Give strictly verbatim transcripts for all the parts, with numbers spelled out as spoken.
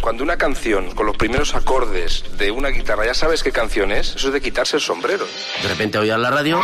Cuando una canción, con los primeros acordes de una guitarra, ya sabes qué canción es, eso es de quitarse el sombrero. De repente oías la radio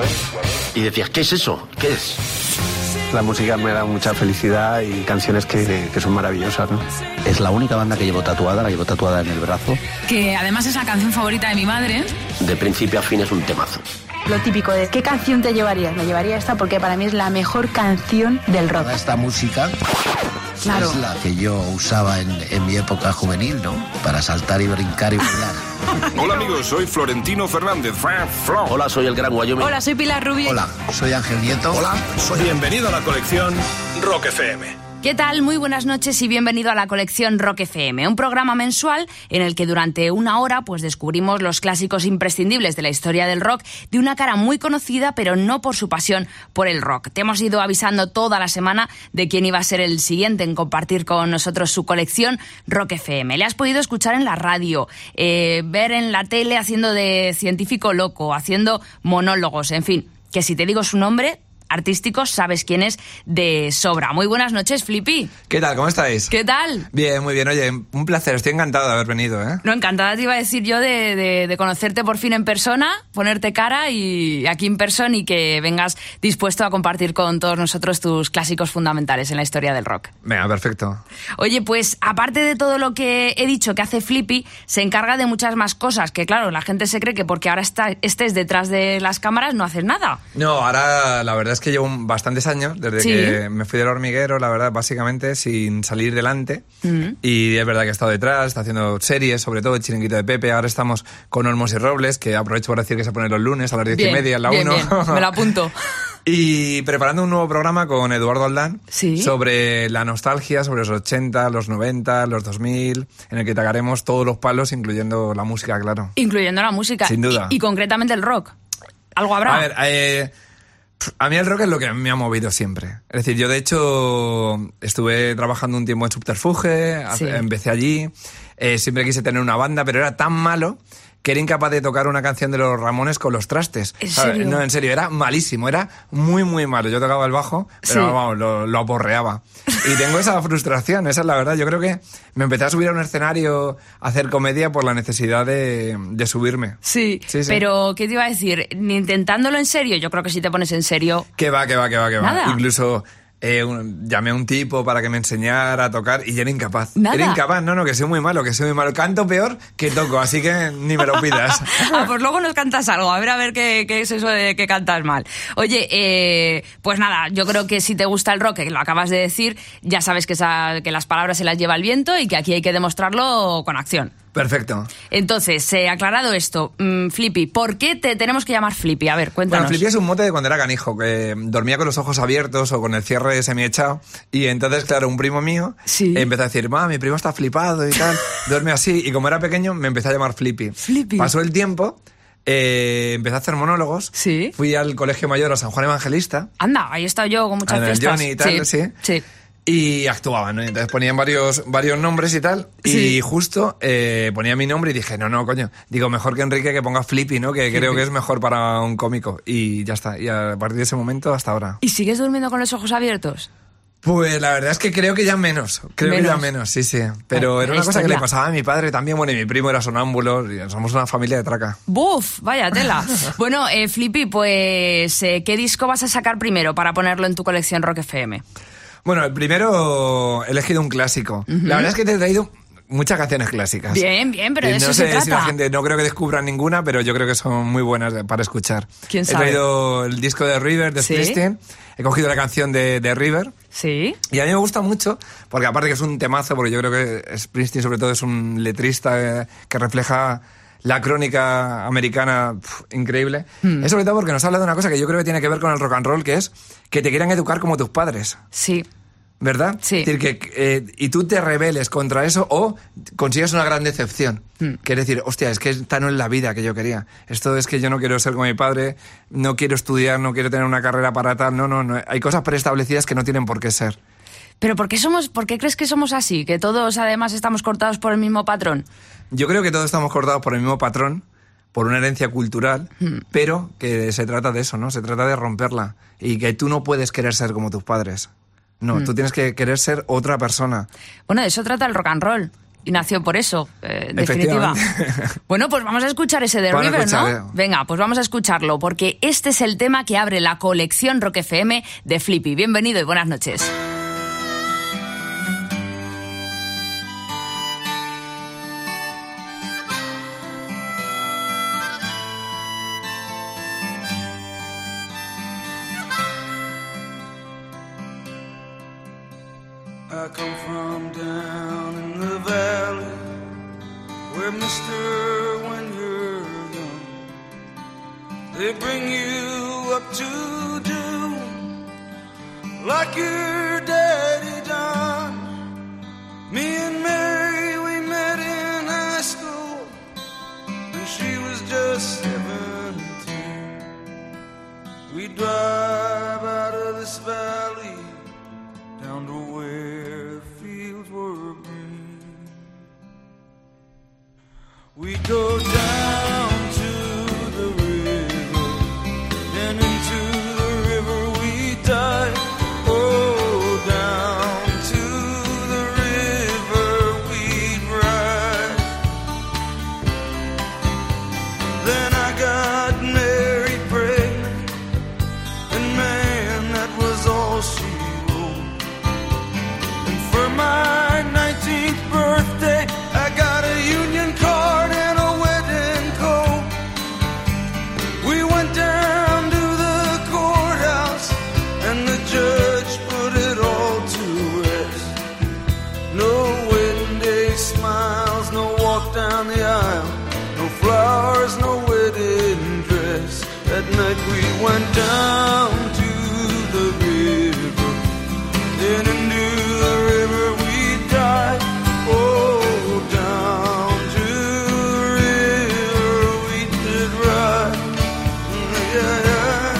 y decías, ¿qué es eso? ¿Qué es? La música me da mucha felicidad y canciones que, que son maravillosas, ¿no? Es la única banda que llevo tatuada, la llevo tatuada en el brazo. Que además es la canción favorita de mi madre. De principio a fin es un temazo. Lo típico de ¿qué canción te llevarías? Me llevaría esta porque para mí es la mejor canción del rock. Esta música claro. Es la que yo usaba en, en mi época juvenil, ¿no? Para saltar y brincar y bailar. Hola amigos, soy Florentino Fernández. Hola, soy el Gran Wyoming. Hola, soy Pilar Rubio. Hola, soy Ángel Nieto. Hola, soy bienvenido a la colección Rock F M. ¿Qué tal? Muy buenas noches y bienvenido a la colección Rock F M, un programa mensual en el que durante una hora pues descubrimos los clásicos imprescindibles de la historia del rock de una cara muy conocida, pero no por su pasión por el rock. Te hemos ido avisando toda la semana de quién iba a ser el siguiente en compartir con nosotros su colección Rock F M. Le has podido escuchar en la radio, eh, ver en la tele haciendo de científico loco, haciendo monólogos, en fin, que si te digo su nombre artísticos, sabes quién es de sobra. Muy buenas noches, Flippy. ¿Qué tal? ¿Cómo estáis? ¿Qué tal? Bien, muy bien. Oye, un placer. Estoy encantado de haber venido, ¿eh? No, encantada te iba a decir yo de, de, de conocerte por fin en persona, ponerte cara y aquí en persona y que vengas dispuesto a compartir con todos nosotros tus clásicos fundamentales en la historia del rock. Venga, perfecto. Oye, pues aparte de todo lo que he dicho que hace Flippy, se encarga de muchas más cosas que, claro, la gente se cree que porque ahora está, estés detrás de las cámaras no haces nada. No, ahora la verdad es que llevo bastantes años, desde ¿Sí? que me fui del hormiguero, la verdad, básicamente, sin salir delante. Mm. Y es verdad que he estado detrás, está haciendo series, sobre todo el Chiringuito de Pepe. Ahora estamos con Olmos y Robles, que aprovecho para decir que se pone los lunes a las diez bien, y media, en la bien, uno. Bien. Me lo apunto. Y preparando un nuevo programa con Eduardo Aldán, ¿Sí? sobre la nostalgia, sobre los ochenta, los noventa, los dos mil, en el que tagaremos todos los palos, incluyendo la música, claro. Incluyendo la música. Sin duda. Y, y concretamente el rock. ¿Algo habrá? A ver, eh... a mí el rock es lo que me ha movido siempre. Es decir, yo de hecho estuve trabajando un tiempo en Subterfuge, sí. empecé allí, eh, siempre quise tener una banda, pero era tan malo que era incapaz de tocar una canción de los Ramones con los trastes. ¿En serio? No, en serio, era malísimo, era muy, muy malo. Yo tocaba el bajo, pero sí. vamos, lo, lo aporreaba. Y tengo esa frustración, esa es la verdad. Yo creo que me empecé a subir a un escenario a hacer comedia por la necesidad de, de subirme. Sí, sí, sí, pero ¿qué te iba a decir? Ni intentándolo en serio, yo creo que si te pones en serio... Que va, que va, que va, que va. Nada. Incluso... Eh, un, llamé a un tipo para que me enseñara a tocar y era incapaz. ¿Nada? Era incapaz, no, no, que soy muy malo, que soy muy malo. Canto peor que toco, así que ni me lo pidas. Ah, pues luego nos cantas algo, a ver a ver qué, qué es eso de que cantas mal. Oye, eh, pues nada, yo creo que si te gusta el rock, que lo acabas de decir, ya sabes que, esa, que las palabras se las lleva el viento y que aquí hay que demostrarlo con acción. Perfecto. Entonces, eh, aclarado esto, mmm, Flippy, ¿por qué te tenemos que llamar Flippy? A ver, cuéntanos. Bueno, Flippy es un mote de cuando era canijo, que dormía con los ojos abiertos o con el cierre semi-echado. Y entonces, claro, un primo mío ¿Sí? empezó a decir, ma, mi primo está flipado y tal, duerme así. Y como era pequeño, me empecé a llamar Flippy. Flippy. Pasó el tiempo, eh, empecé a hacer monólogos. Sí. Fui al Colegio Mayor a San Juan Evangelista. Anda, ahí he estado yo con muchas en el fiestas. Johnny y tal, sí. Sí. sí. Y actuaban, ¿no? Entonces ponían varios, varios nombres y tal. Sí. Y justo eh, ponía mi nombre y dije, no, no, coño. Digo, mejor que Enrique que ponga Flippy, ¿no? Que Flippy. Creo que es mejor para un cómico. Y ya está. Y a partir de ese momento hasta ahora. ¿Y sigues durmiendo con los ojos abiertos? Pues la verdad es que creo que ya menos. Creo menos. que ya menos, sí, sí. Pero era una cosa que le pasaba a mi padre también. Bueno, y mi primo era sonámbulo. Y somos una familia de traca. ¡Buf! Vaya tela. Bueno, eh, Flippy, pues, eh, ¿qué disco vas a sacar primero para ponerlo en tu colección Rock F M? Bueno, el primero he elegido un clásico. Uh-huh. La verdad es que te he traído muchas canciones clásicas. Bien, bien, pero de no eso sé se trata. Si la gente, no creo que descubra ninguna, pero yo creo que son muy buenas para escuchar. ¿Quién sabe? He traído el disco de River, de ¿Sí? Springsteen. He cogido la canción de, de River. Sí. Y a mí me gusta mucho, porque aparte que es un temazo, porque yo creo que Springsteen sobre todo es un letrista eh, que refleja la crónica americana pf, increíble. Mm. Es sobre todo porque nos habla de una cosa que yo creo que tiene que ver con el rock and roll, que es que te quieran educar como tus padres. Sí. ¿Verdad? Sí. Es decir, que, eh, y tú te rebeles contra eso o consigues una gran decepción. Mm. Que es decir, hostia, es que esta no es la vida que yo quería. Esto es que yo no quiero ser como mi padre, no quiero estudiar, no quiero tener una carrera para tal. No, no, no. Hay cosas preestablecidas que no tienen por qué ser. ¿Pero por qué somos, por qué crees que somos así? ¿Que todos además estamos cortados por el mismo patrón? Yo creo que todos estamos cortados por el mismo patrón, por una herencia cultural, mm. pero que se trata de eso, ¿no? Se trata de romperla. Y que tú no puedes querer ser como tus padres. No, mm. tú tienes que querer ser otra persona. Bueno, de eso trata el rock and roll. y nació por eso, eh, en definitiva. Bueno, pues vamos a escuchar ese The River, ¿no? Venga, pues vamos a escucharlo, porque este es el tema que abre la colección Rock F M de Flippy. Bienvenido y buenas noches. I come from down in the valley, where mister, when you're young, they bring you up to do like your daddy done. Me and Mary, we met in high school, and she was just seventeen. We drive out of this valley down to where the fields were green. We go down to the river, and into the river we dive. Oh, down to the river we'd ride. Then I got married, pregnant, and man, that was all she my nineteenth birthday, I got a union card and a wedding coat. We went down to the courthouse and the judge put it all to rest. No wedding day smiles, no walk down the aisle, no flowers, no wedding dress. That night we went down to the river, then into the river we dive. Oh, down to the river we did ride. Yeah, yeah.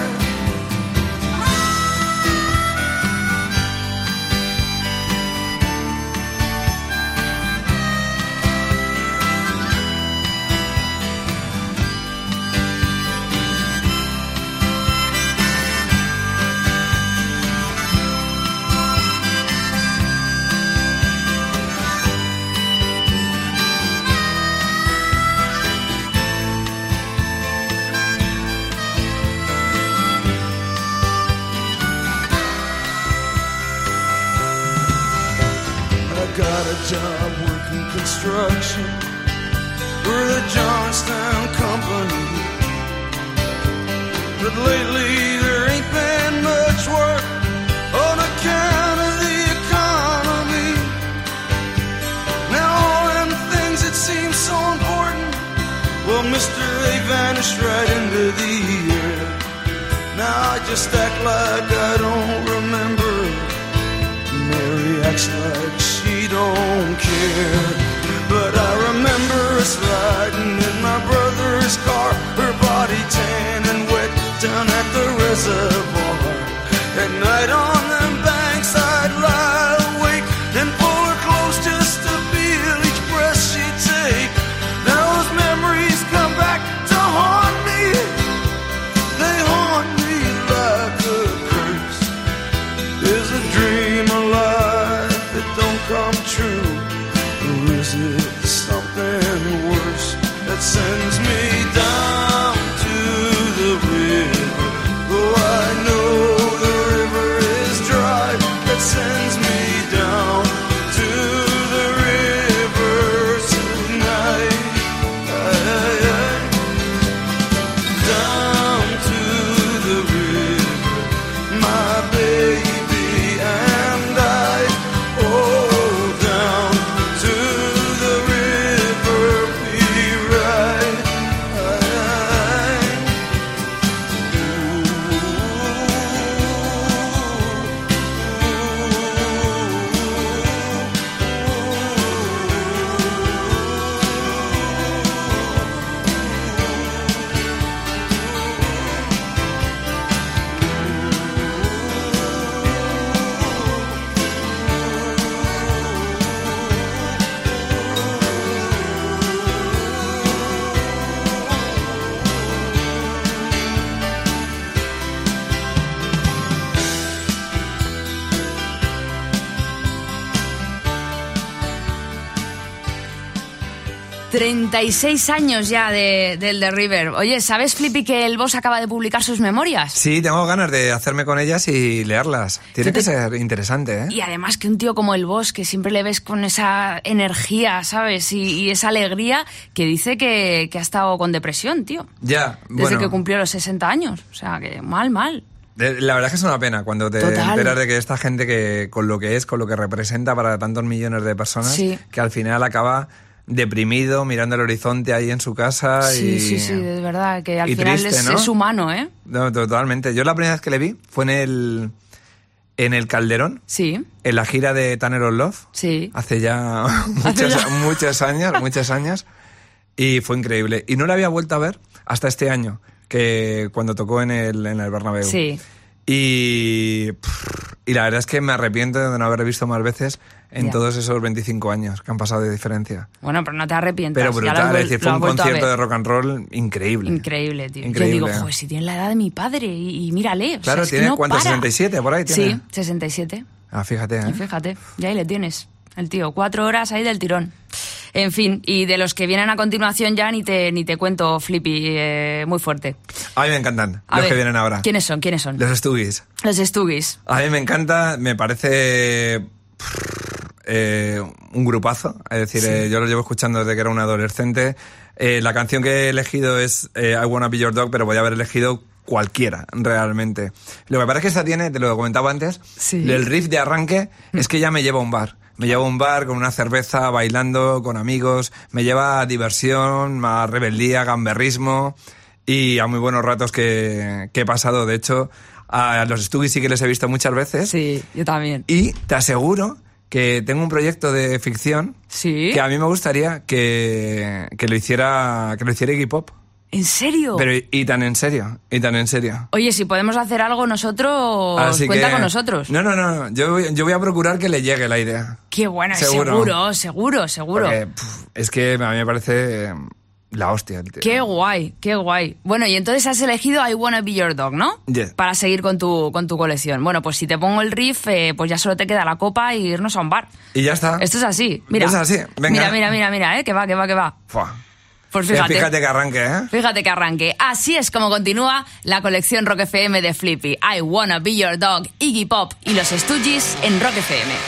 Got a job working construction for the Johnstown Company, but lately there ain't been much work on account of the economy. Now all them things that seem so important, well, mister, they vanished right into the air. Now I just act like I don't remember. Mary acts like she don't care, but I remember us riding in my brother's car, her body tan and wet down at the reservoir. At night on them banks I'd lie awake and pull her close just to feel each breath she'd take. Now those memories come back to haunt me, they haunt me like a curse. There's a dream alive that don't come true, or is it something worse that sends me down to the river? Oh, I know the river is treinta y seis años ya de, del The River. Oye, ¿sabes, Flippy, que el boss acaba de publicar sus memorias? Sí, tengo ganas de hacerme con ellas y leerlas. Tiene que ser interesante, ¿eh? Y además que un tío como el boss, que siempre le ves con esa energía, ¿sabes? Y, y esa alegría, que dice que, que ha estado con depresión, tío. Ya, Desde bueno. que cumplió los sesenta años. O sea, que mal, mal. La verdad es que es una pena cuando te Total. enteras de que esta gente que con lo que es, con lo que representa para tantos millones de personas, sí. que al final acaba deprimido, mirando el horizonte ahí en su casa. Sí, y, sí, sí, es verdad, que al y final triste, es, ¿no? es humano, ¿eh? No, totalmente. Yo la primera vez que le vi fue en el, en el Calderón, sí. en la gira de Tanner of Love, sí. hace ya muchos, ya? muchos años, muchos años, y fue increíble. Y no la había vuelto a ver hasta este año, que cuando tocó en el, en el Bernabéu. Sí. Y, y la verdad es que me arrepiento de no haber visto más veces en ya. todos esos veinticinco años que han pasado de diferencia. Bueno, pero no te arrepientas. Pero brutal, es decir, fue un concierto de ver. rock and roll increíble. Increíble, tío. Increíble. Yo digo, joder, si tiene la edad de mi padre y, y mírale. O claro, sea, es tiene que no ¿cuánto? para. ¿sesenta y siete por ahí tiene? Sí, sesenta y siete. Ah, fíjate, ¿eh? Y fíjate, ya ahí le tienes. El tío, cuatro horas ahí del tirón. En fin, y de los que vienen a continuación ya ni te, ni te cuento, Flippy, eh, muy fuerte. A mí me encantan a los ver, que vienen ahora. ¿Quiénes son? ¿Quiénes son? Los Stooges. Los Stooges. A mí me encanta, me parece eh, un grupazo. Es decir, sí. eh, yo los llevo escuchando desde que era un adolescente. Eh, la canción que he elegido es eh, I Wanna Be Your Dog, pero podía haber elegido cualquiera, realmente. Lo que pasa es que esta tiene, te lo comentaba antes, sí. el riff de arranque es que ya me lleva a un bar. Me lleva a un bar con una cerveza, bailando, con amigos. Me lleva a diversión, a rebeldía, gamberrismo y a muy buenos ratos que, que he pasado. De hecho, a los Stooges sí que les he visto muchas veces. Sí, yo también. Y te aseguro que tengo un proyecto de ficción ¿sí? que a mí me gustaría que, que lo hiciera que lo hiciera Iggy Pop. ¿En serio? Pero y tan en serio, y tan en serio. Oye, si podemos hacer algo nosotros, Así cuenta que, con nosotros. No, no, no, yo, yo voy a procurar que le llegue la idea. Qué bueno, seguro, seguro, seguro. seguro. Porque, pff, es que a mí me parece la hostia el tío. Qué guay, qué guay. Bueno, y entonces has elegido I Wanna Be Your Dog, ¿no? Yeah. Para seguir con tu, con tu colección. Bueno, pues si te pongo el riff, eh, pues ya solo te queda la copa y irnos a un bar. Y ya está. Esto es así, mira. Esto es así, venga. Mira, mira, mira, mira, eh, que va, que va, que va. Fua. Pues fíjate. Fíjate que arranque, ¿eh? Fíjate que arranque. Así es como continúa la colección Rock F M de Flippy. I Wanna Be Your Dog, Iggy Pop y los Stooges en Rock F M.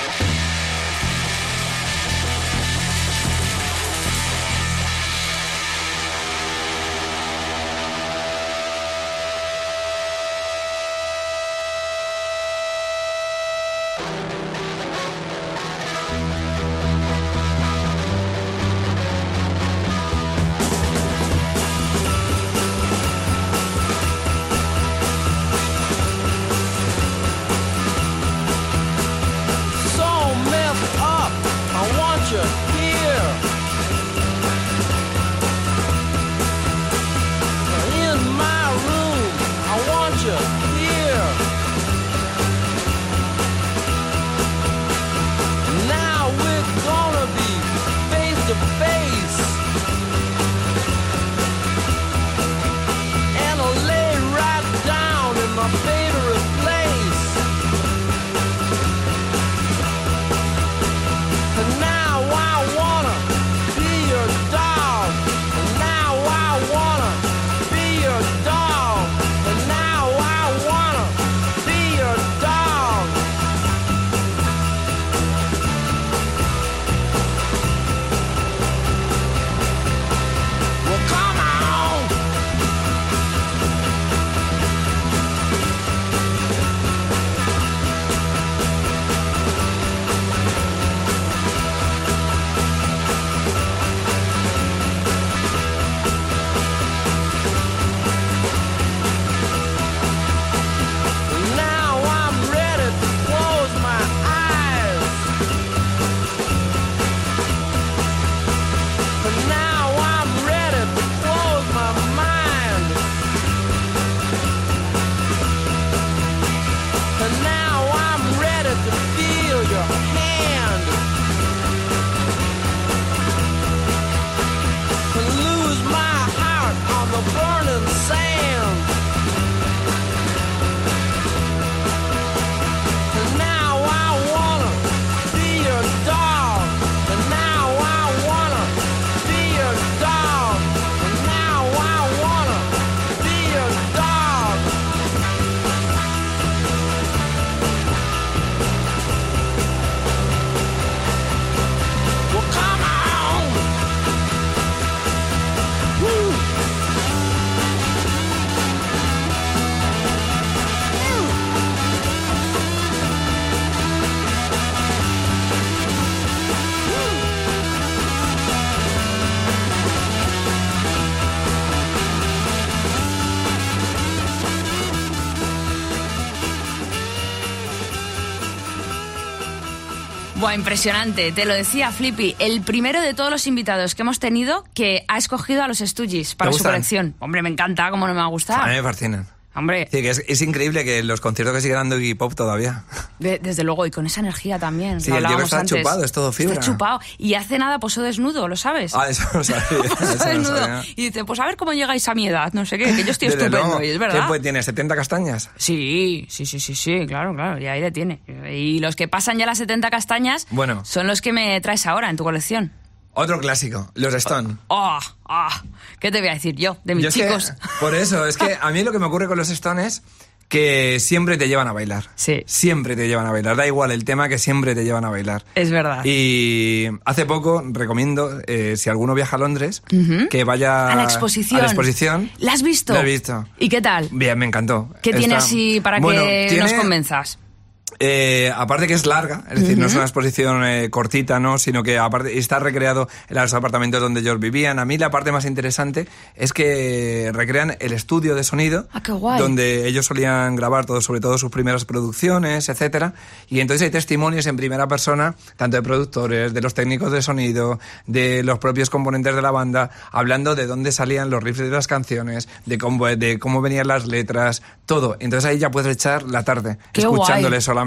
Buah, impresionante. Te lo decía Flippy, el primero de todos los invitados que hemos tenido que ha escogido a los Stooges para su colección. Hombre, me encanta, ¿cómo no me va a gustar? A mí me fascinan. Hombre. Sí, que es, es increíble que los conciertos que sigue dando Iggy Pop todavía. De, desde lugo, y con esa energía también. Sí, el tío está antes. chupado, es todo fibra. Está chupado. Y hace nada posó desnudo, ¿lo sabes? Ah, eso lo sabía. Eso desnudo. Lo sabía. Y dice, pues a ver cómo llegáis a mi edad, no sé qué, que yo estoy Desde estupendo, luego. y es verdad. ¿Qué, pues, tiene setenta castañas? Sí, sí, sí, sí, sí, claro, claro, y ahí le tiene. Y los que pasan ya las setenta castañas bueno. son los que me traes ahora en tu colección. Otro clásico, los Stone. ¡Oh! ¡Oh! ¿Qué te voy a decir yo de mis yo chicos? Es que, por eso, es que a mí lo que me ocurre con los Stone es que siempre te llevan a bailar. Sí. Siempre te llevan a bailar. Da igual el tema, que siempre te llevan a bailar. Es verdad. Y hace poco recomiendo, eh, si alguno viaja a Londres, uh-huh. que vaya a la exposición. A la exposición. ¿La has visto? La he visto. ¿Y qué tal? Bien, me encantó. ¿Qué Está... tiene así para bueno, que tiene... nos convenzas? Eh, aparte que es larga, es decir, uh-huh. no es una exposición eh, cortita, ¿no? Sino que aparte está recreado en los apartamentos donde ellos vivían. A mí la parte más interesante es que recrean el estudio de sonido, ah, qué guay. donde ellos solían grabar todo, sobre todo sus primeras producciones, etcétera. Y entonces hay testimonios en primera persona, tanto de productores, de los técnicos de sonido, de los propios componentes de la banda, hablando de dónde salían los riffs de las canciones, de cómo, de cómo venían las letras, todo. Entonces ahí ya puedes echar la tarde qué escuchándole guay. solamente.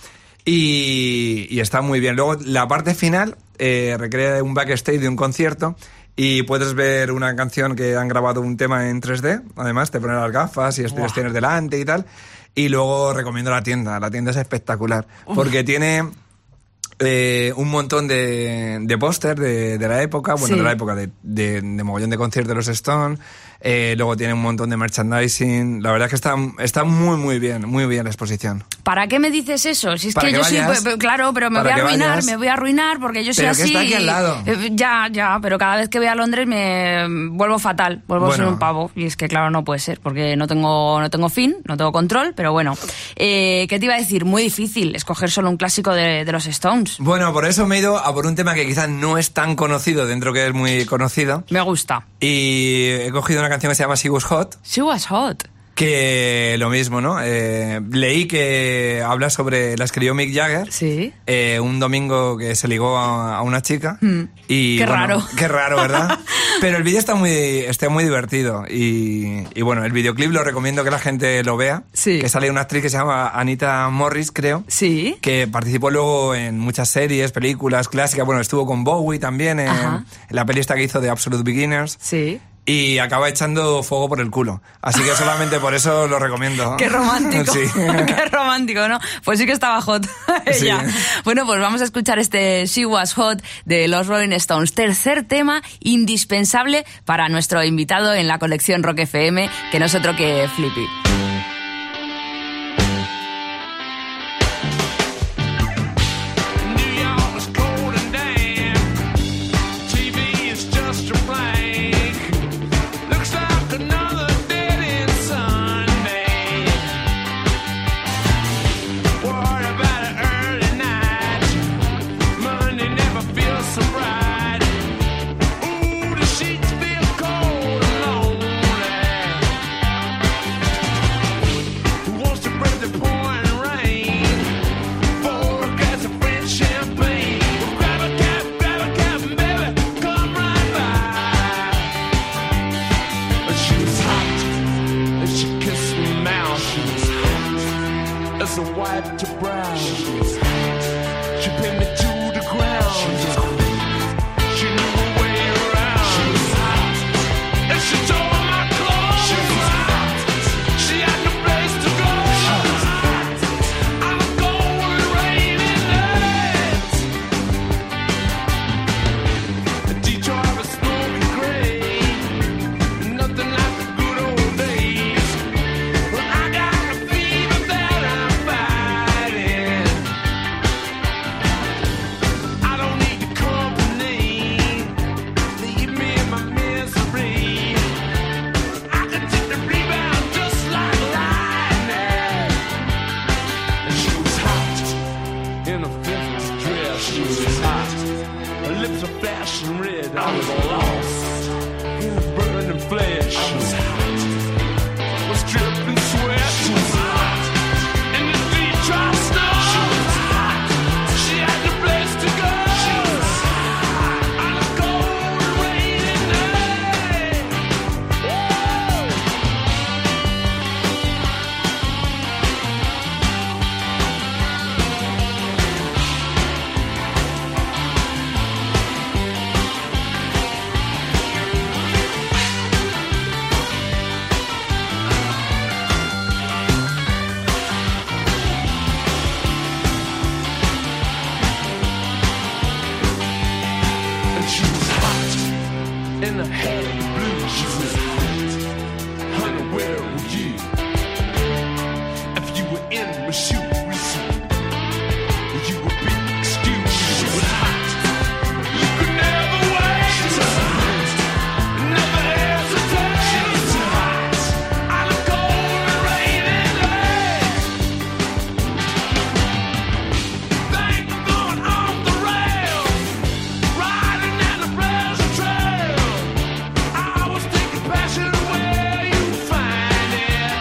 Y, y está muy bien. Luego la parte final eh, recrea un backstage de un concierto y puedes ver una canción que han grabado un tema en tres D. Además te ponen las gafas y los tienes delante y tal. Y luego recomiendo la tienda. La tienda es espectacular porque Uf. tiene eh, un montón de, de póster de, de la época, bueno, sí. de la época de, de, de mogollón de conciertos de los Stone. Eh, luego tiene un montón de merchandising. La verdad es que está, está muy, muy bien, muy bien la exposición. ¿Para qué me dices eso? Si es Para que, que yo vayas, soy... Claro, pero me voy a arruinar, vayas. me voy a arruinar porque yo soy pero así... Pero que está aquí al lado. Eh, ya, ya, pero cada vez que voy a Londres me vuelvo fatal, vuelvo bueno. a ser un pavo. Y es que, claro, no puede ser, porque no tengo, no tengo fin, no tengo control, pero bueno. Eh, ¿Qué te iba a decir? Muy difícil escoger solo un clásico de, de los Stones. Bueno, por eso me he ido a por un tema que quizás no es tan conocido, dentro que es muy conocido. Me gusta. Y he cogido una canción que se llama She Was Hot. She Was Hot. Que lo mismo, ¿no? Eh, leí que habla sobre... La escribió Mick Jagger. Sí. Eh, un domingo que se ligó a, a una chica. Mm. Y, qué bueno, raro. Qué raro, ¿verdad? Pero el vídeo está muy, está muy divertido. Y, y bueno, el videoclip lo recomiendo que la gente lo vea. Sí. Que sale una actriz que se llama Anita Morris, creo. Sí. Que participó luego en muchas series, películas clásicas. Bueno, estuvo con Bowie también en, en la peli esta que hizo de Absolute Beginners. Sí. Y acaba echando fuego por el culo. Así que solamente por eso lo recomiendo. Qué romántico. Sí. Qué romántico, ¿no? Pues sí que estaba hot ella. Sí. Bueno, pues vamos a escuchar este She Was Hot de los Rolling Stones. Tercer tema indispensable para nuestro invitado en la colección Rock F M, que no es otro que Flippy. She had to play in the head of the blues. She was hot. Honey, where were you? If you were in my shoes, you would be excused. She was hot. You could never wait. She was hot. Never hesitate. She was hot. On a cold and rainy day. Thank you going off the rails, riding down the pleasant trail. I was taking passion where you find it.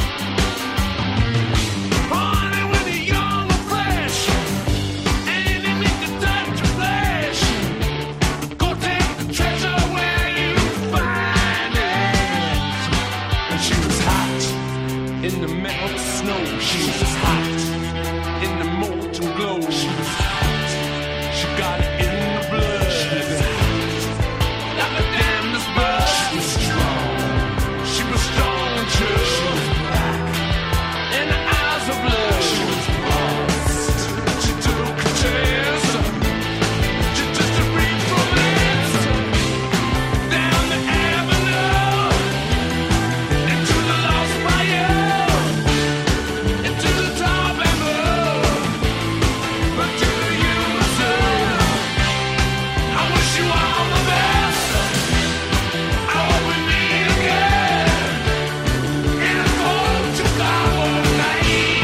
Honey, when you're young and fresh, and you need to touch your flesh, go take the treasure where you find it. And she was hot in the melted snow. She was hot in the molten glow. She was hot. She got it in the blood. She was hot. Like a damnedest bug. She was strong. She was strong and true. She was black. In the eyes of blood. She was lost. She took a chance. She just a brief romance. Down the avenue. Into the lost fire. Into the tall bamboo. But to you, sir, I wish you all the best. I hope we meet again in a cold Chicago night.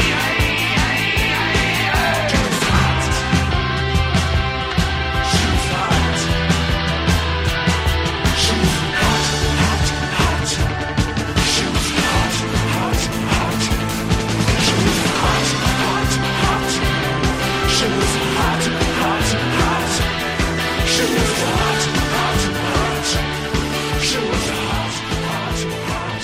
She was hot. She was hot. She was hot, hot, hot. She was hot, hot, hot. She was hot, hot, hot. She was hot, hot, hot. She was hot, hot, hot. She was hot, hot, hot.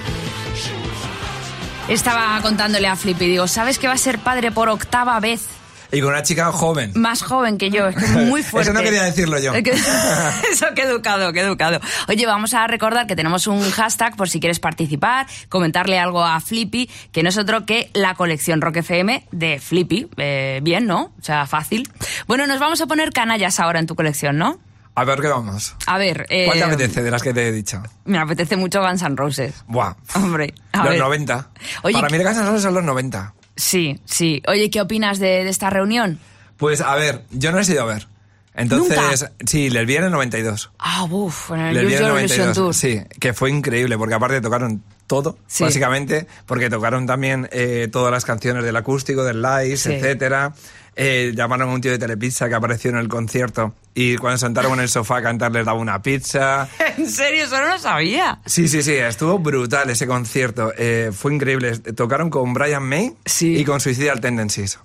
She was hot. Estaba contándole a Flippy, digo, ¿sabes que va a ser padre por octava vez? Y con una chica joven. Más joven que yo, es que muy fuerte. Eso no quería decirlo yo. Es que- Eso, qué educado, qué educado. Oye, vamos a recordar que tenemos un hashtag por si quieres participar, comentarle algo a Flippy, que no es otro que la colección Rock F M de Flippy. Eh, bien, ¿no? O sea, fácil. Bueno, nos vamos a poner canallas ahora en tu colección, ¿no? A ver qué vamos. A ver... Eh, ¿Cuál te apetece de las que te he dicho? Me apetece mucho Guns N' Roses. Buah. Hombre, a Los ver. noventa. Oye, Para mí, Guns N' Roses son los noventa. Sí, sí. Oye, ¿qué opinas de, de esta reunión? Pues, a ver, yo no he ido a ver. Entonces, sí, les vi en el noventa y dos. Ah, uff, en el Les vi Use en el Your noventa y Illusion dos, Tour. sí, que fue increíble, porque aparte tocaron todo, Sí. básicamente, porque tocaron también eh, todas las canciones del acústico, del live, Sí. etcétera. Eh, llamaron a un tío de Telepizza que apareció en el concierto y cuando se sentaron en el sofá a cantar les daba una pizza. ¿En serio? Eso no lo sabía. Sí, sí, sí, estuvo brutal ese concierto. Eh, fue increíble. Tocaron con Brian May Sí. y con Suicidal Tendencies.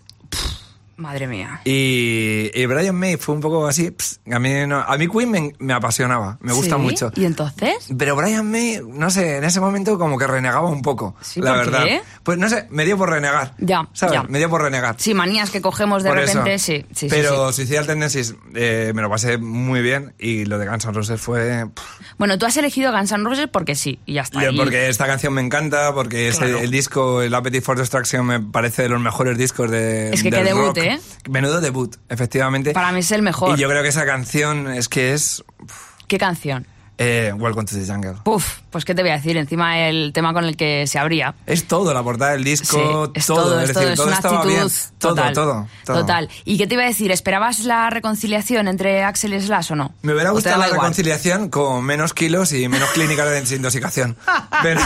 Madre mía. Y, y Brian May fue un poco así. Pss, a, mí no- a mí Queen me, me apasionaba, me gusta ¿Sí? mucho. ¿Y entonces? Pero Brian May, no sé, en ese momento como que renegaba un poco, Sí, la ¿por verdad. qué? Pues no sé, me dio por renegar. Ya, ¿sabes? ya. Me dio por renegar. Sí, manías que cogemos de Por eso. repente, sí, sí, sí, Pero sí. Suicidal Tendencies eh, me lo pasé muy bien y lo de Guns N' Roses fue... pff, Bueno, tú has elegido Guns N' Roses porque sí, y ya está. Yo, Y- porque esta canción me encanta, porque es Claro. el, el disco, el Appetite for Destruction, me parece de los mejores discos de Es que del qué debut, rock. ¿eh? Menudo debut, efectivamente. Para mí es el mejor. Y yo creo que esa canción es que es ¿Qué canción? eh, Welcome to the Jungle. Puf, pues qué te voy a decir, encima el tema con el que se abría. Es todo, la portada del disco, Sí, es todo, todo, es es decir, todo, es todo una estaba actitud bien. Todo, total, todo, todo. Total. ¿Y qué te iba a decir? ¿Esperabas la reconciliación entre Axel y Slash o no? Me hubiera ¿O te gustado daba la igual? reconciliación con menos kilos y menos clínicas de desintoxicación. Pero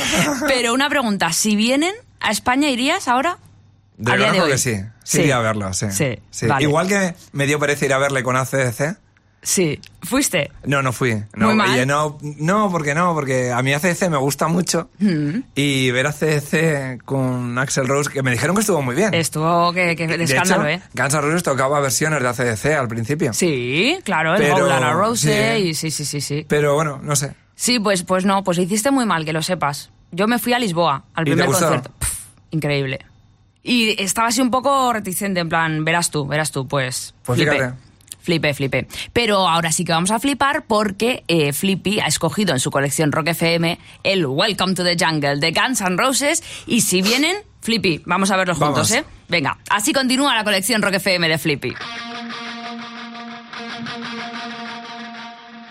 Pero una pregunta, si vienen a España, ¿irías ahora? de A día verdad de creo hoy. que sí. Sí, Sí. iría a verlo, sí. Sí, vale. Igual que me dio pereza ir a verle con A C D C. Sí. ¿Fuiste? No, no fui. No, Muy mal. Oye, no, no, porque no, porque a mí A C D C me gusta mucho Mm. y ver A C D C con Axl Rose, que me dijeron que estuvo muy bien. Estuvo que, que de, de escándalo, hecho, ¿eh? Guns N' Roses tocaba versiones de A C D C al principio. Sí, claro, el Pero- Goblet Rose sí. y sí, sí, sí, sí. Pero bueno, no sé. Sí, pues, pues no, pues hiciste muy mal, que lo sepas. Yo me fui a Lisboa, al ¿Y te primer gustó? concierto. Pff, increíble. Y estaba así un poco reticente, en plan, verás tú, verás tú, pues... Pues flipé. fíjate. Flipé, flipé. Pero ahora sí que vamos a flipar porque eh, Flippy ha escogido en su colección Rock F M el Welcome to the Jungle de Guns N' Roses. Y si vienen, Flippy, vamos a verlos juntos, Vamos. ¿eh? Venga, así continúa la colección Rock F M de Flippy.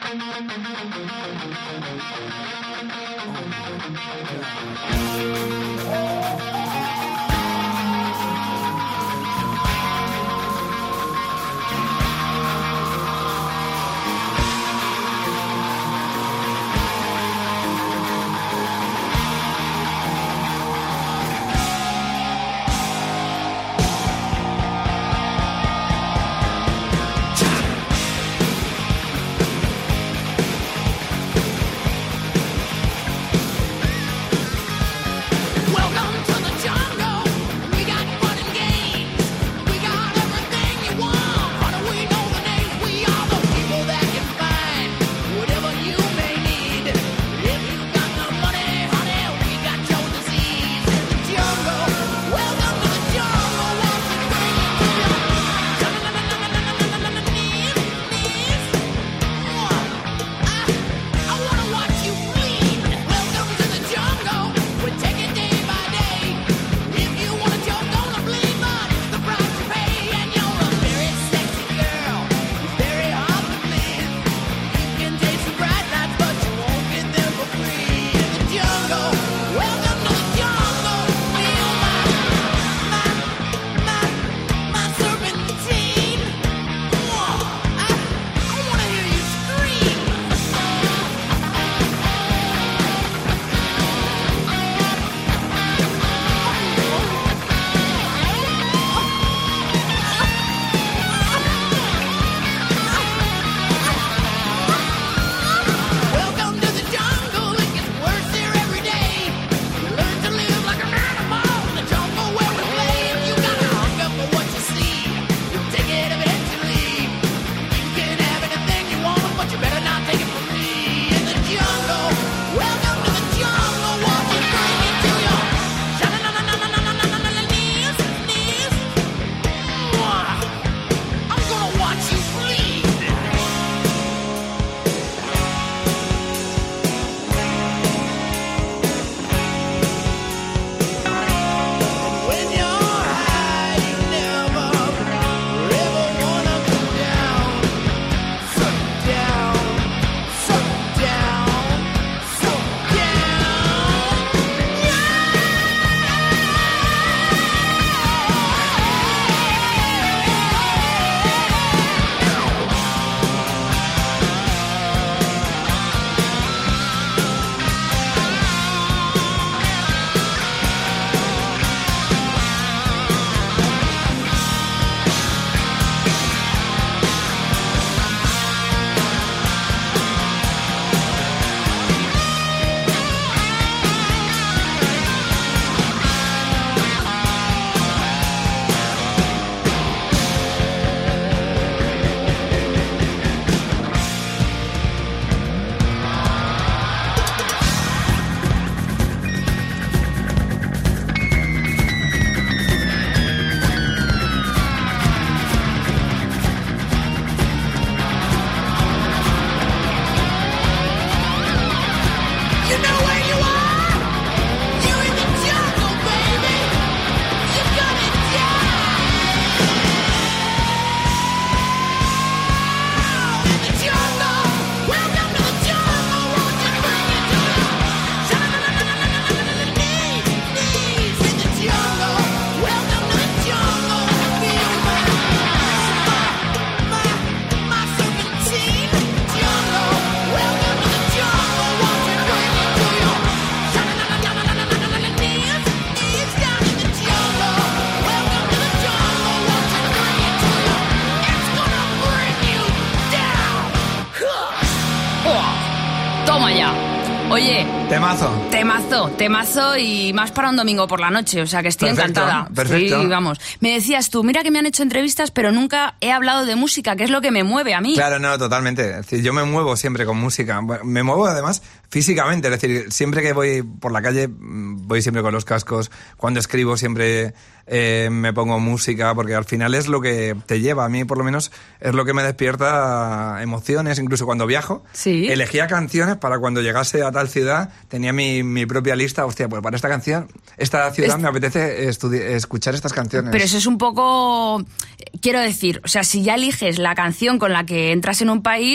Oye. Temazo. Temazo, temazo y más para un domingo por la noche, o sea que estoy Perfecto, encantada. perfecto. Sí, vamos. Me decías tú, mira que me han hecho entrevistas, pero nunca he hablado de música, que es lo que me mueve a mí. Claro, no, totalmente. Es decir, yo me muevo siempre con música. Me muevo además físicamente, es decir, siempre que voy por la calle voy siempre con los cascos. Cuando escribo siempre eh, me pongo música, porque al final es lo que te lleva. A mí, por lo menos, es lo que me despierta emociones. Incluso cuando viajo, ¿Sí? elegía canciones para cuando llegase a tal ciudad, tenía mi, mi propia lista. Hostia, pues para esta canción, esta ciudad Es... me apetece estudi- escuchar estas canciones. Pero eso es un poco... Quiero decir, o sea, si ya eliges la canción con la que entras en un país,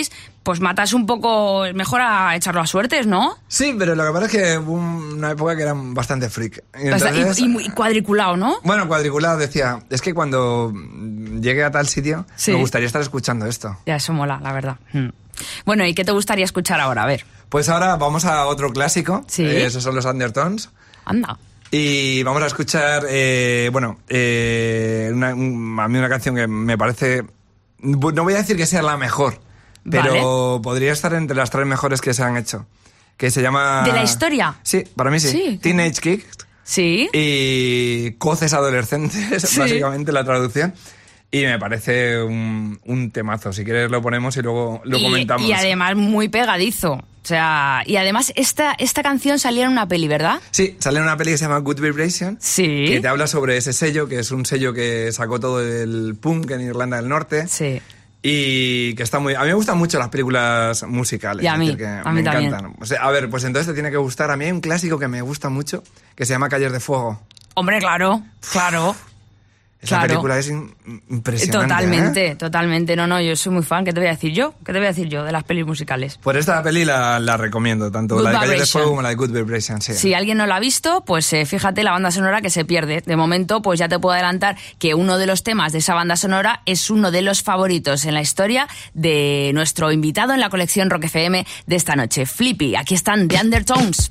pues matas un poco, mejor a echarlo a suertes, ¿no? Sí, pero lo que pasa es que hubo una época que era bastante freak. Y, entonces, y, y muy cuadriculado, ¿no? Bueno, cuadriculado decía, es que cuando llegue a tal sitio sí. me gustaría estar escuchando esto. Ya, eso mola, la verdad. Mm. Bueno, ¿y qué te gustaría escuchar ahora? A ver. Pues ahora vamos a otro clásico. Sí. Eh, esos son los Undertones. Anda. Y vamos a escuchar, eh, bueno, eh, una, un, a mí una canción que me parece... No voy a decir que sea la mejor, pero vale. podría estar entre las tres mejores que se han hecho. Que se llama... ¿De la historia? Sí, para mí sí. sí. Teenage Kick. Sí. Y Coces Adolescentes, sí. básicamente la traducción. Y me parece un, un temazo. Si quieres lo ponemos y luego lo y, comentamos. Y además muy pegadizo. O sea, y además esta, esta canción salía en una peli, ¿verdad? Sí, sale en una peli que se llama Good Vibration. Sí. Que te habla sobre ese sello, que es un sello que sacó todo el punk en Irlanda del Norte. Sí. Y que está muy... A mí me gustan mucho las películas musicales. Y a mí, es decir, que a me mí encantan. también. O sea, a ver, pues entonces te tiene que gustar. A mí hay un clásico que me gusta mucho, que se llama Calles de Fuego. Hombre, claro, claro. Esa claro. película es impresionante. Totalmente, ¿eh? totalmente. No, no, yo soy muy fan. ¿Qué te voy a decir yo? ¿Qué te voy a decir yo de las pelis musicales? Pues esta peli la, la recomiendo, tanto Good la de Calles de Vibration. Fuego como la de Good Vibration. Sí. Si alguien no la ha visto, pues eh, fíjate la banda sonora que se pierde. De momento, pues ya te puedo adelantar que uno de los temas de esa banda sonora es uno de los favoritos en la historia de nuestro invitado en la colección Rock F M de esta noche, Flippy. Aquí están The Undertones.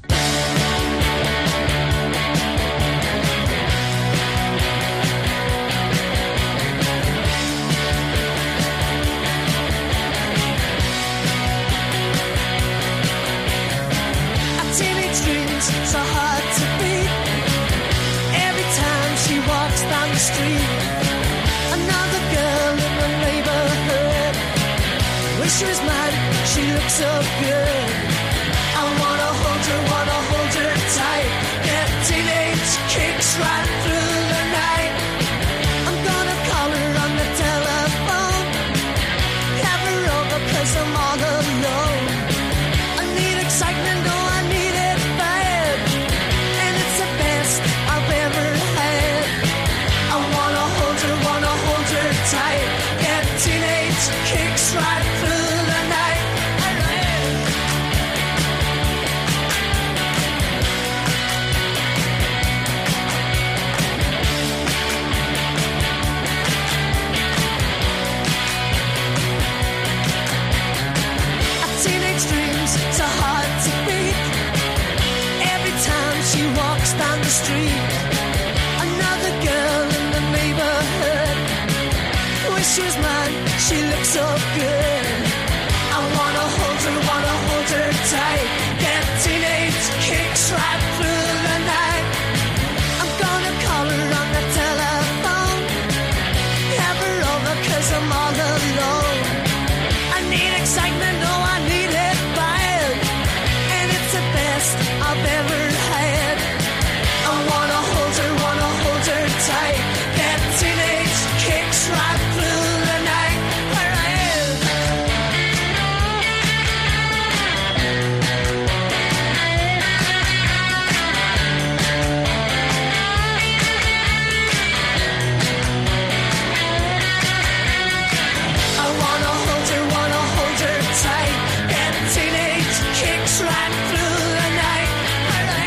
She was mine, she looked so good. I wanna hold her, wanna hold her tight. Get teenage kicks right through the night. I'm gonna call her on the telephone. Have her over cause I'm all alone. I need excitement, oh I need it bad. And it's the best I've ever had. I wanna hold her, wanna hold her tight. Get teenage kicks right through. Down the street, another girl in the neighborhood. Wish she was mine, she looks so good. I wanna hold her, wanna hold her tight. Get teenage kicks right through the night. I'm gonna call her on the telephone. Have her over cause I'm all alone. I need excitement, oh I need it bad. And it's the best I've ever had. I wanna hold her, wanna hold her tight. That teenage kicks right through the night. Where I am. I wanna hold her, wanna hold her tight. That teenage kicks right through the night. Where I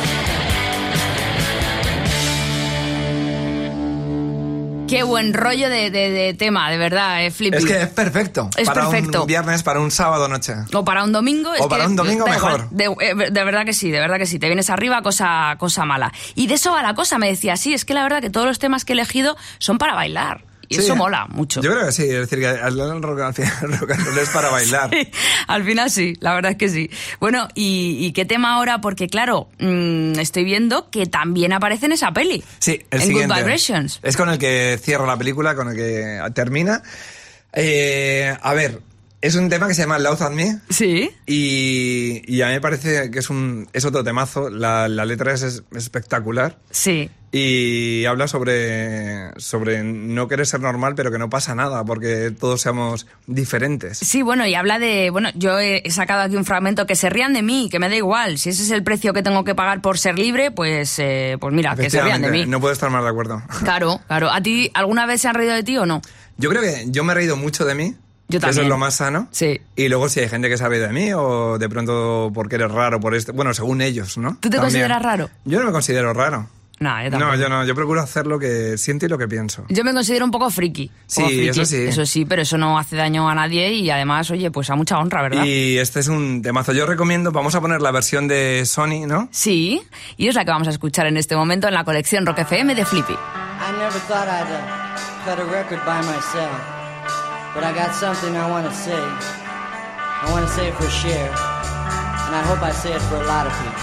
am. Qué buen rollo de, de, de tema, de verdad, eh, Flippy. Es que es perfecto. Es para perfecto. un viernes, para un sábado noche. O para un domingo. Es o para que un domingo da mejor. Igual. De, eh, de verdad que sí, de verdad que sí. Te vienes arriba, cosa, cosa mala. Y de eso va la cosa, me decía, sí, es que la verdad que todos los temas que he elegido son para bailar. Y sí, eso mola mucho. Yo creo que sí, es decir, que el rock, al final, el rock and roll es para bailar. Sí, al final sí, la verdad es que sí. Bueno, ¿y, y qué tema ahora? Porque claro, mmm, estoy viendo que también aparece en esa peli. Sí, el en siguiente. Good Vibrations. Es con el que cierra la película, con el que termina. Eh, a ver, es un tema que se llama Laugh at Me. Sí. Y, y a mí me parece que es un es otro temazo. La, la letra es, es espectacular. Sí. Y habla sobre, sobre no querer ser normal, pero que no pasa nada, porque todos seamos diferentes. Sí, bueno, y habla de... Bueno, yo he sacado aquí un fragmento, que se rían de mí, que me da igual. Si ese es el precio que tengo que pagar por ser libre, pues, eh, pues mira, que se rían de mí. No puedo estar más de acuerdo. Claro, claro. ¿A ti alguna vez se han reído de ti o no? Yo creo que yo me he reído mucho de mí, Yo también. Eso es lo más sano. Sí. Y luego si hay gente que sabe de mí o de pronto porque eres raro por esto. Bueno, según ellos, ¿no? ¿Tú te También. consideras raro? Yo no me considero raro. No, yo tampoco. No, yo no. Yo procuro hacer lo que siento y lo que pienso. Yo me considero un poco friki. Sí, poco friki. eso sí. Eso sí, pero eso no hace daño a nadie y además, oye, pues a mucha honra, ¿verdad? Y este es un temazo. Yo recomiendo, vamos a poner la versión de Sony, ¿no? Sí, y es la que vamos a escuchar en este momento en la colección Rock F M de Flippy. I never thought I'd uh, cut a record by myself, but I got something I want to say. I want to say it for Cher, and I hope I say it for a lot of people.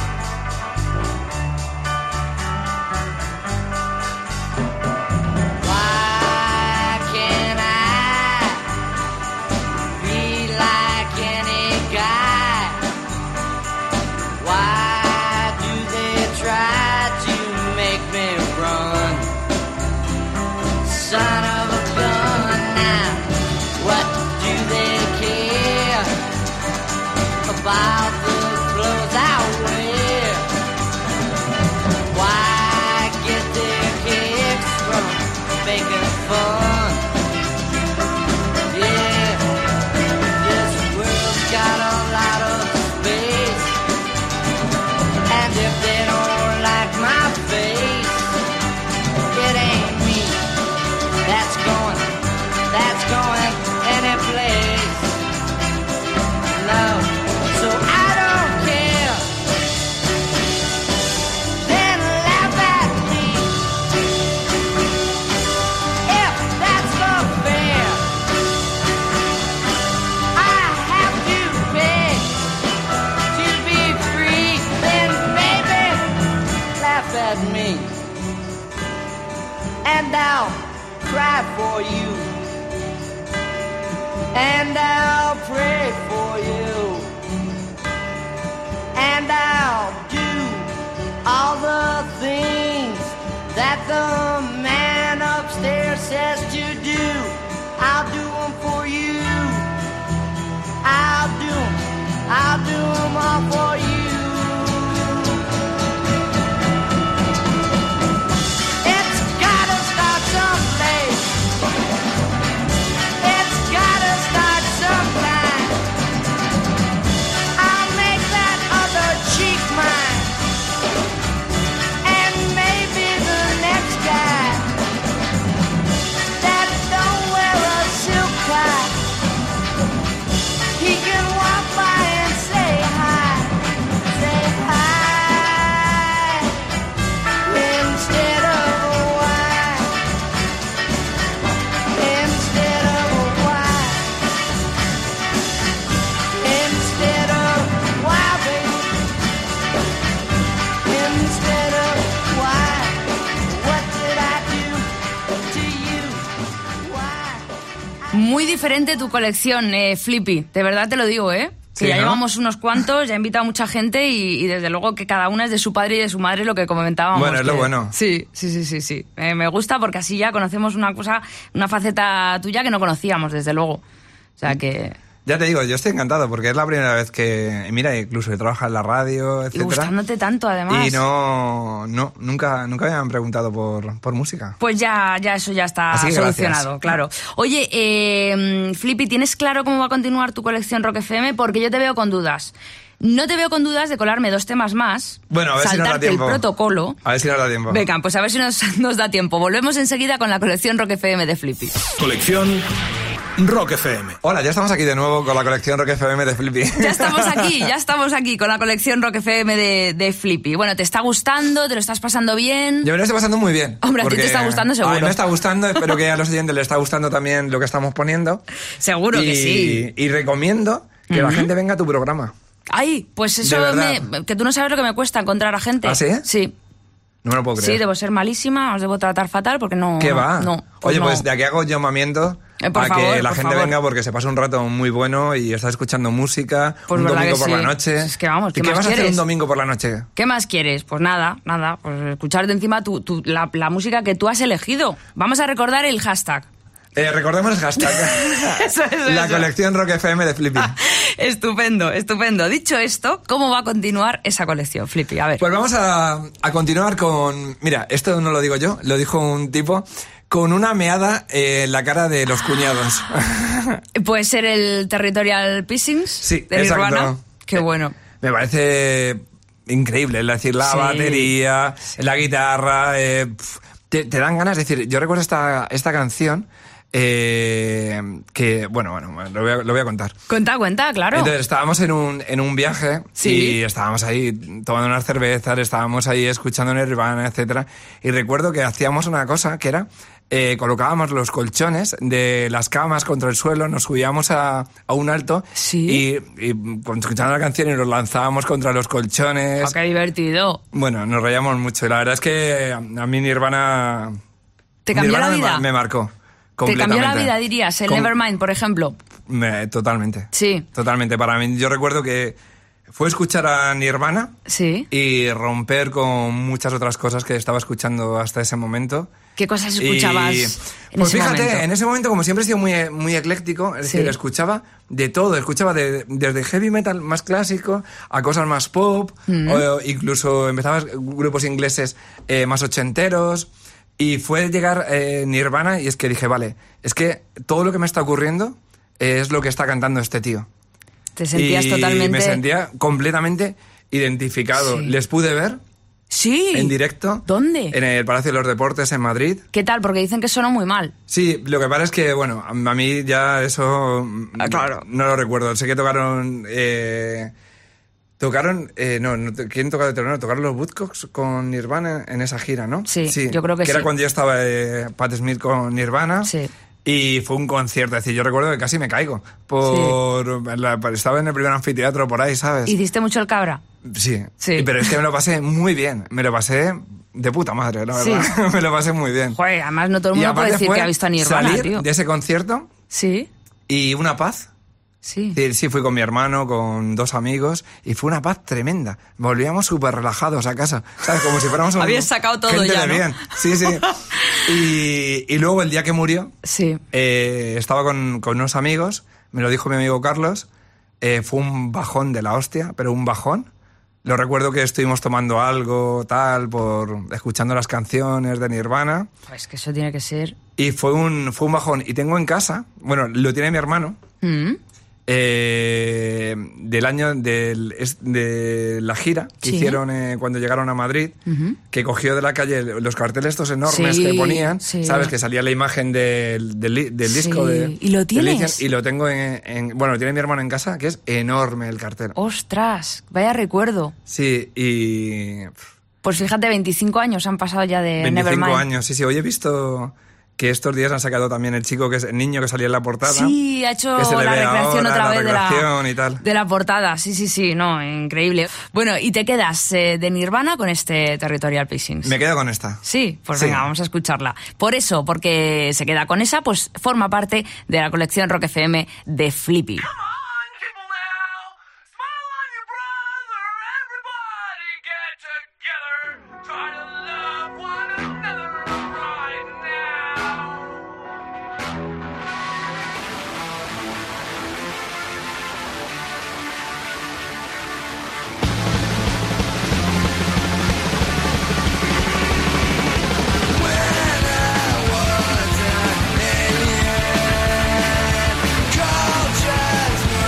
Why can't I be like any guy? Why do they try to make me run? Son of a gun now, what do they care about the clothes I wear? Why get their kicks from making fun? Yeah, this world's got a lot of space, and if they don't like my face, it ain't me that's going, that's going any place. No, so I don't care. Then laugh at me if that's the fair. I have to pay to be free. Then baby, laugh at me, and I'll cry for you, and I'll pray for you, and I'll do all the things that the man upstairs says to do. I'll do them for you. I'll do them. I'll do them all for you. It's gotta start someplace. It's gotta start sometime. I'll make that other cheek mine, and maybe the next guy that don't wear a silk tie, he can walk by and say hi, say hi, instead of a why, instead of a why, instead of why, baby, instead of why, what did I do to you, why? Muy diferente tu colección, eh, Flippy. De verdad te lo digo, ¿eh? Que Sí, ya ¿no? llevamos unos cuantos, ya he invitado a mucha gente y, y desde luego que cada una es de su padre y de su madre, lo que comentábamos. Bueno, es lo que- bueno. Sí, sí, sí, sí, sí. Eh, me gusta porque así ya conocemos una cosa, una faceta tuya que no conocíamos, desde luego. O sea que... Ya te digo, yo estoy encantado porque es la primera vez que... Mira, incluso he trabajado en la radio, Y etcétera. gustándote tanto, además. Y no, no, nunca, nunca me han preguntado por, por música. Pues ya, ya eso ya está Así que solucionado, gracias. claro. Oye, eh, Flippy, ¿tienes claro cómo va a continuar tu colección Rock F M? Porque yo te veo con dudas. No te veo con dudas de colarme dos temas más, Bueno, a ver si nos da saltarte el tiempo. protocolo. A ver si nos da tiempo. Venga, pues a ver si nos, nos da tiempo. Volvemos enseguida con la colección Rock F M de Flippy. Colección Rock F M. Hola, ya estamos aquí de nuevo con la colección Rock F M de Flippy. Ya estamos aquí, ya estamos aquí con la colección Rock F M de, de Flippy. Bueno, ¿te está gustando? ¿Te lo estás pasando bien? Yo me lo estoy pasando muy bien. Hombre, a ti te porque está gustando seguro. A mí me está gustando, espero que a los oyentes les está gustando también lo que estamos poniendo. Seguro y, que sí. Y recomiendo que la gente venga a tu programa. Ay, pues eso, De verdad. me, que tú no sabes lo que me cuesta encontrar a gente. ¿Ah, sí? Sí. No me lo puedo creer. Sí, debo ser malísima, os debo tratar fatal porque no... ¿Qué no, va? No, pues Oye, no. pues de aquí hago llamamiento Eh, por a favor, que la por gente favor. venga porque se pasa un rato muy bueno y está escuchando música Pues un verdad domingo que por sí. la noche. Es que vamos, ¿qué ¿Y qué más vas a hacer quieres? un domingo por la noche? ¿Qué más quieres? Pues nada, nada, pues escuchar de encima tu, tu, la, la música que tú has elegido. Vamos a recordar el hashtag. Eh, recordemos el hashtag. Eso, eso, la eso. colección Rock F M de Flippy. Estupendo, estupendo. Dicho esto, ¿cómo va a continuar esa colección, Flippy? A ver. Pues vamos a, a continuar con... Mira, esto no lo digo yo, lo dijo un tipo con una meada en la cara de los cuñados. ¿Puede ser el Territorial Pissings? Sí, de exacto. Nirvana. Qué bueno. Me parece increíble, es decir, la sí. batería, sí. la guitarra, eh, te, te dan ganas de decir, yo recuerdo esta, esta canción... Eh, que, bueno, bueno, lo voy, a, lo voy a contar. Cuenta, cuenta, claro. Entonces, estábamos en un, en un viaje sí. y estábamos ahí tomando unas cervezas, estábamos ahí escuchando Nirvana, etcétera. Y recuerdo que hacíamos una cosa que era, eh, colocábamos los colchones de las camas contra el suelo, nos subíamos a, a un alto ¿sí? y, y escuchando la canción y los lanzábamos contra los colchones. Oh, ¡qué divertido! Bueno, nos reíamos mucho y la verdad es que a mí Nirvana... ¿Te cambió Nirvana la vida? Me, me marcó. ¿Te cambió la vida, dirías? El Com- Nevermind, por ejemplo. Me, totalmente. Sí. Totalmente. Para mí, yo recuerdo que fue escuchar a Nirvana sí. y romper con muchas otras cosas que estaba escuchando hasta ese momento. ¿Qué cosas escuchabas y, en pues ese fíjate, momento? En ese momento, como siempre he sido muy, muy ecléctico, es sí. decir, escuchaba de todo. Escuchaba de, desde heavy metal más clásico a cosas más pop, mm. o incluso empezaba grupos ingleses eh, más ochenteros. Y fue llegar eh, Nirvana y es que dije, vale, es que todo lo que me está ocurriendo es lo que está cantando este tío. Te sentías y totalmente... me sentía completamente identificado. Sí. Les pude ver. Sí. En directo. ¿Dónde? En el Palacio de los Deportes en Madrid. ¿Qué tal? Porque dicen que sonó muy mal. Sí, lo que pasa es que, bueno, a mí ya eso... Ah, claro. No lo recuerdo. Sé que tocaron... Eh, Tocaron, eh, no, no, ¿quién tocaba de terreno? Tocaron los Woodcocks con Nirvana en esa gira, ¿no? Sí, sí. yo creo que, que sí. Que era cuando yo estaba eh, Pat Smith con Nirvana. Sí. Y fue un concierto, es decir, yo recuerdo que casi me caigo. Por sí. la, estaba en el primer anfiteatro por ahí, ¿sabes? ¿Hiciste mucho el cabra? Sí, sí. Pero es que me lo pasé muy bien, me lo pasé de puta madre, la verdad. Sí. Me lo pasé muy bien. Joder, además no todo el mundo puede decir que ha visto a Nirvana, salir tío. de ese concierto. Sí. Y una paz. Sí. sí. Sí, fui con mi hermano, con dos amigos, y fue una paz tremenda. Volvíamos súper relajados a casa, ¿sabes? Como si fuéramos un... Habías sacado todo gente ya, de ¿no? bien. Sí, sí. y, y luego el día que murió, sí. eh, estaba con, con unos amigos, me lo dijo mi amigo Carlos, eh, fue un bajón de la hostia, pero un bajón. Lo recuerdo que estuvimos tomando algo, tal, por escuchando las canciones de Nirvana. Pues que eso tiene que ser... Y fue un, fue un bajón. Y tengo en casa, bueno, lo tiene mi hermano, ¿Mm? Eh, del año del, de la gira que sí. hicieron eh, cuando llegaron a Madrid, uh-huh. que cogió de la calle los carteles estos enormes sí, que ponían, sí. sabes, que salía la imagen del, del, del disco sí. de... ¿Y lo tienes? Y lo tengo en, en... Bueno, lo tiene mi hermano en casa, que es enorme el cartel. ¡Ostras! Vaya recuerdo. Sí, y... Pues fíjate, veinticinco años han pasado ya de veinticinco Nevermind. años, sí, sí. Hoy he visto... que estos días han sacado también el chico, que es el niño que salía en la portada. Sí, ha hecho la recreación otra la vez de la, y tal. de la portada. Sí, sí, sí, no, increíble. Bueno, y te quedas eh, de Nirvana con este Territorial Pissings. Me quedo con esta. Sí, pues sí. venga, vamos a escucharla. Por eso, porque se queda con esa, pues forma parte de la colección Rock F M de Flippy. Cultures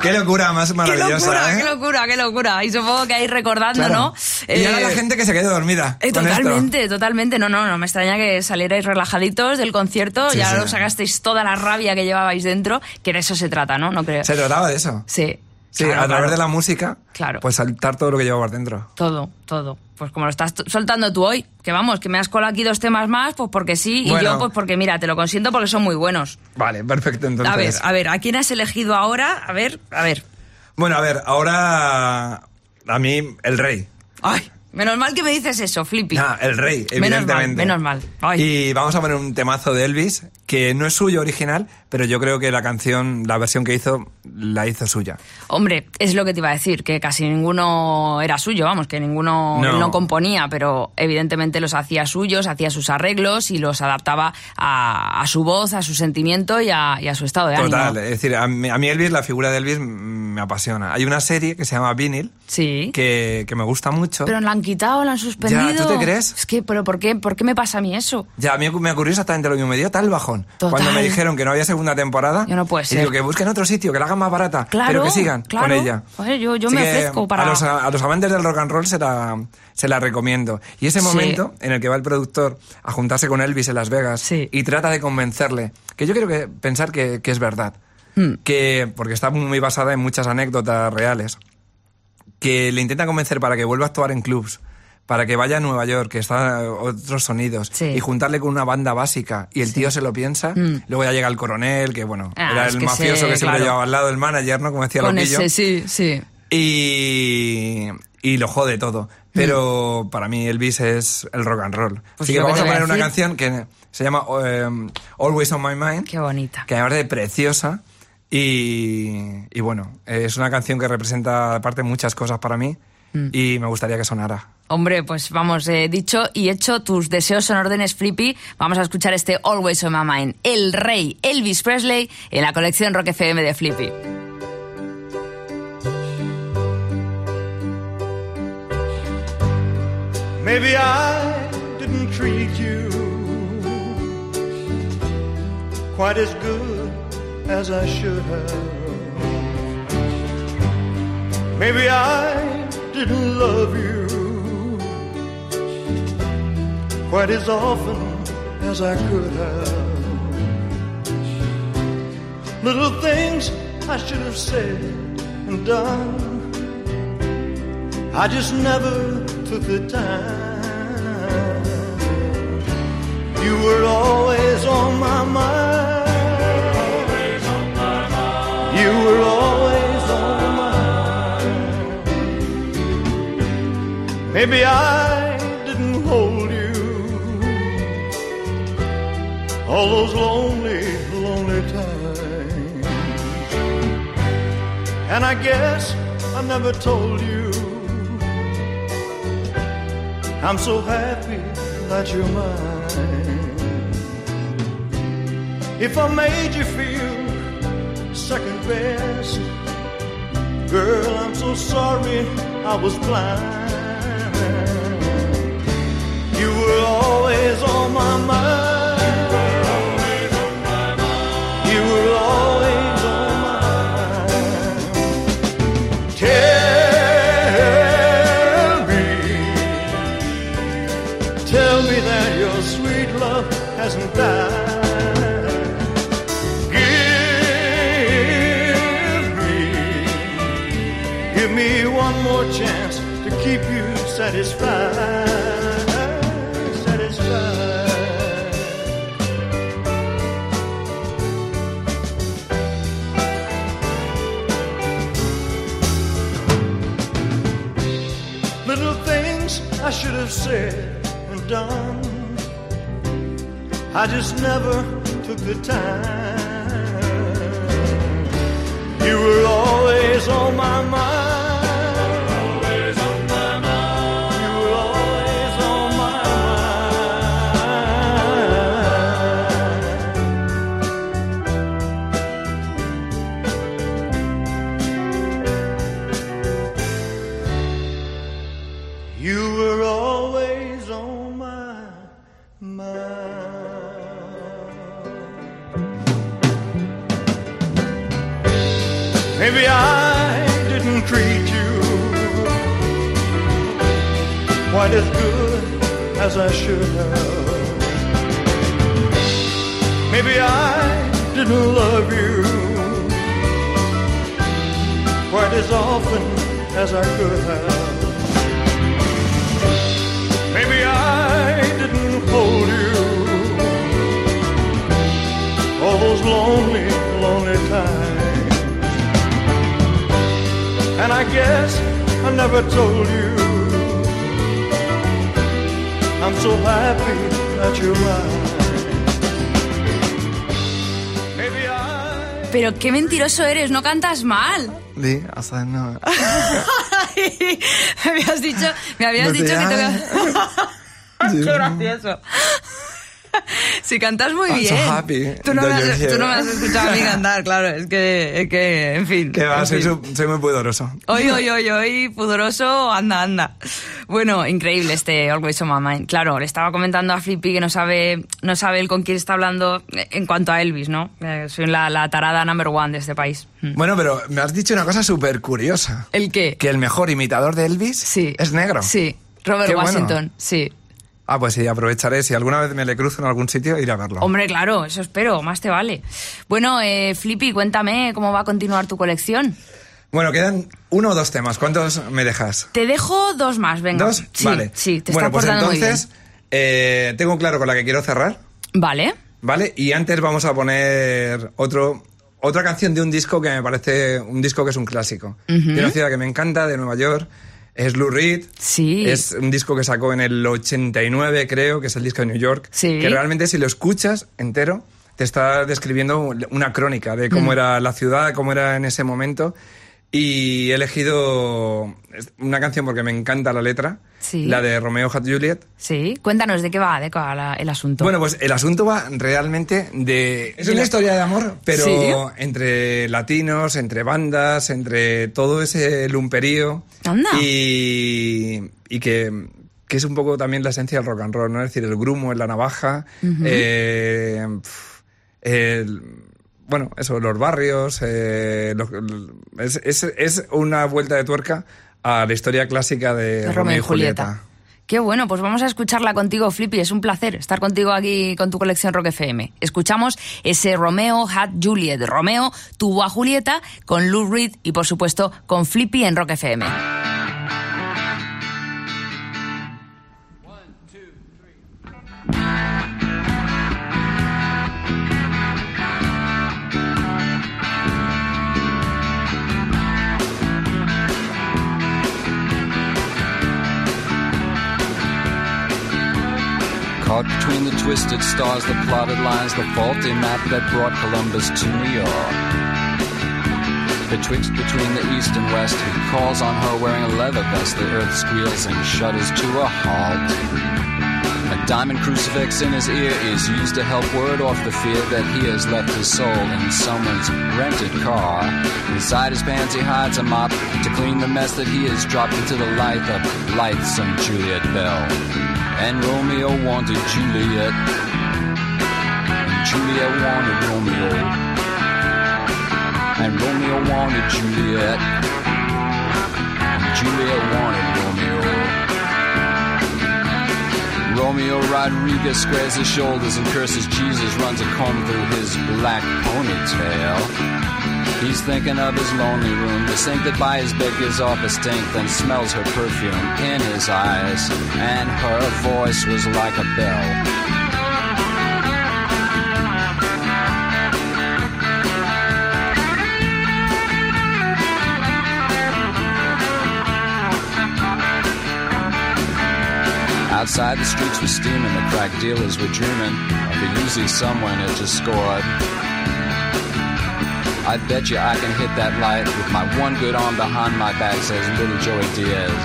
Qué locura más maravillosa. Qué locura, ¿eh? qué locura, qué locura. Y supongo que ahí recordando, Claro. ¿no? Y ahora Eh, la gente que se quede dormida. Eh, con totalmente, esto. totalmente. No, no, no me extraña que salierais relajaditos del concierto, Sí, ya sí. lo sacasteis toda la rabia que llevabais dentro, que de eso se trata, ¿no? No creo. Se trataba de eso. Sí. Sí, claro, a través claro. de la música, Claro. pues saltar todo lo que llevabas dentro. Todo, todo. Pues como lo estás t- soltando tú hoy, que vamos, que me has colado aquí dos temas más, pues porque sí, y Bueno. yo pues porque mira, te lo consiento porque son muy buenos. Vale, perfecto, entonces. A ver, a ver, ¿a quién has elegido ahora? A ver, a ver. Bueno, a ver, ahora a mí el rey. Ay, menos mal que me dices eso, Flippy. Ah, el rey, Menos mal, evidentemente. menos mal. Ay. Y vamos a poner un temazo de Elvis, que no es suyo original, pero yo creo que la canción, la versión que hizo, la hizo suya. Hombre, es lo que te iba a decir, que casi ninguno era suyo, vamos, que ninguno No. él no componía, pero evidentemente los hacía suyos, hacía sus arreglos y los adaptaba a, a su voz, a su sentimiento y a, y a su estado de Total, ánimo. es decir, a mí, a mí Elvis, la figura de Elvis mm, me apasiona. Hay una serie que se llama Vinyl, Sí. que, que me gusta mucho. Pero la han quitado, la han suspendido. Ya, ¿tú te crees? Es que, pero ¿por qué, por qué me pasa a mí eso? Ya, a mí me ocurrió exactamente lo mismo, me dio tal bajón. Total. Cuando me dijeron que no había segunda temporada, Ya no puede y ser. digo que busquen otro sitio, que la hagan más barata, Claro, pero que sigan claro. con ella. Joder, yo- yo Así me que ofrezco para- A los, a los amantes del rock and roll se la, se la recomiendo. Y ese Sí. momento en el que va el productor a juntarse con Elvis en Las Vegas Sí. y trata de convencerle, que yo quiero que, pensar que, que es verdad, Hmm. que porque está muy basada en muchas anécdotas reales, que le intenta convencer para que vuelva a actuar en clubs, para que vaya a Nueva York, que está otros sonidos, Sí. y juntarle con una banda básica, y el tío se lo piensa, Mm. luego ya llega el coronel, que bueno, Ah, era es el que mafioso sé, que siempre claro. llevaba al lado, el manager, ¿no? Como decía Con Loquillo. ese, sí, sí. Y, y lo jode todo. Pero para mí Elvis es el rock and roll. Mm. Pues Así que lo que vamos te a voy a poner una decir- canción que se llama eh, Always on My Mind, Qué bonita. que además de preciosa. Y, y bueno, es una canción que representa aparte muchas cosas para mí Mm. y me gustaría que sonara. Hombre, pues vamos, eh, dicho y hecho, tus deseos son órdenes, Flippy. Vamos a escuchar este Always on My Mind, el rey Elvis Presley, en la colección Rock F M de Flippy. Maybe I didn't treat you quite as good as I should have. Maybe I didn't love you quite as often as I could have. Little things I should have said and done, I just never took the time. You were always on my mind. You were always on my mind. Maybe I didn't hold you all those lonely, lonely times. And I guess I never told you I'm so happy that you're mine. If I made you feel second best, girl, I'm so sorry I was blind. You were always on my mind. You were always on my mind. Tell me, tell me that your sweet love hasn't died. Give me, give me one more chance to keep you satisfied, satisfied. Little things I should have said and done, I just never took the time. You were always on my mind. Always on my mind. You were always on my mind. You were always on my mind. Maybe I didn't treat you quite as good as I should have. Maybe I didn't love you quite as often as I could have. Maybe I didn't hold you all those lonely, lonely times. And I guess I never told you I'm so happy that you're mine. Maybe I... Pero qué mentiroso eres, no cantas mal. Sí, hasta no. me habías dicho, me habías No te dicho que hagas. te... Qué gracioso. Si cantas muy I'm bien. so happy Tú no, me that you're has, here. tú no me has escuchado a mí cantar, claro. Es que, es que en fin. Que va, en soy, fin. soy muy pudoroso. Hoy, hoy, hoy, hoy, pudoroso, anda, anda. Bueno, increíble este Always on My Mind. Claro, le estaba comentando a Flippy que no sabe, no sabe él con quién está hablando en cuanto a Elvis, ¿no? Eh, soy la, la tarada number one de este país. Bueno, pero me has dicho una cosa súper curiosa. ¿El qué? Que el mejor imitador de Elvis Sí. es negro. Sí, Robert Qué bueno. Washington, sí. Ah, pues sí, aprovecharé. Si alguna vez me le cruzo en algún sitio, iré a verlo. Hombre, claro, eso espero, más te vale. Bueno, eh, Flippy, cuéntame cómo va a continuar tu colección. Bueno, quedan uno o dos temas. ¿Cuántos me dejas? Te dejo dos más, venga. ¿Dos? Sí, vale. sí, te bueno, está pues portando muy bien. entonces, eh, tengo claro con la que quiero cerrar. Vale. Vale, y antes vamos a poner otro, otra canción de un disco que me parece un disco que es un clásico. Uh-huh. De una ciudad que me encanta, de Nueva York. Es Lou Reed. Sí. Es un disco que sacó en el ochenta y nueve, creo, que es el disco de New York. Sí. Que realmente si lo escuchas entero, te está describiendo una crónica de cómo Mm. era la ciudad, cómo era en ese momento. Y he elegido una canción porque me encanta la letra, Sí. la de Romeo and Juliet. Sí, cuéntanos de qué va, de qué va la- el asunto. Bueno, pues el asunto va realmente de... Es una historia de amor, pero ¿Sí? entre latinos, entre bandas, entre todo ese lumperío. Anda. Y, y que, que es un poco también la esencia del rock and roll, ¿no? Es decir, el grumo en la navaja, Ujú. eh, pf, el... Bueno, eso, los barrios, eh, los- es, es, es una vuelta de tuerca a la historia clásica de, De Romeo y Julieta. Qué bueno, pues vamos a escucharla contigo, Flippy. Es un placer estar contigo aquí con tu colección Rock F M. Escuchamos ese Romeo had Juliet. Romeo tuvo a Julieta con Lou Reed y, por supuesto, con Flippy en Rock F M. Caught between the twisted stars, the plotted lines, the faulty map that brought Columbus to New York. Betwixt between the east and west, he calls on her wearing a leather vest. The earth squeals and shudders to a halt. A diamond crucifix in his ear is used to help ward off the fear that he has left his soul in someone's rented car. Inside his pants he hides a mop to clean the mess that he has dropped into the light of lightsome Juliet Bell. And Romeo wanted Juliet, and Juliet wanted Romeo, and Romeo wanted Juliet, and Juliet wanted Romeo. Romeo Rodriguez squares his shoulders and curses Jesus, runs a comb through his black ponytail. He's thinking of his lonely room, the sink that by his bed gives off a stink, then smells her perfume in his eyes, and her voice was like a bell. Outside the streets were steaming, the crack dealers were dreaming of a Uzi someone had just scored. I bet you I can hit that light with my one good arm behind my back, says little Joey Diaz.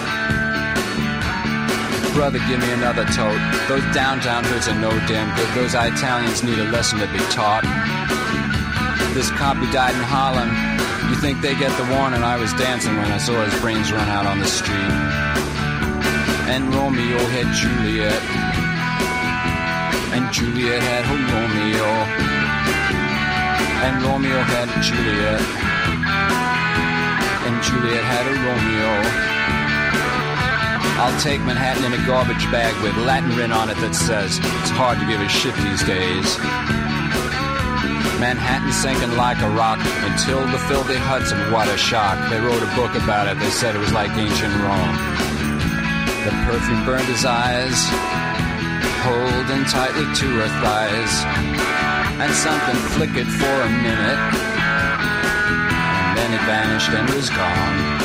Brother, give me another tote. Those downtown hoods are no damn good. Those Italians need a lesson to be taught. This cop who died in Holland, you think they get the warning? I was dancing when I saw his brains run out on the street. And Romeo had Juliet, and Juliet had her Romeo. And Romeo had Juliet, and Juliet had a Romeo. I'll take Manhattan in a garbage bag with Latin written on it that says, it's hard to give a shit these days. Manhattan sinking like a rock until the filthy Hudson, what a shock. They wrote a book about it, they said it was like ancient Rome. The perfume burned his eyes, holding tightly to her thighs, and something flickered for a minute, and then it vanished and was gone.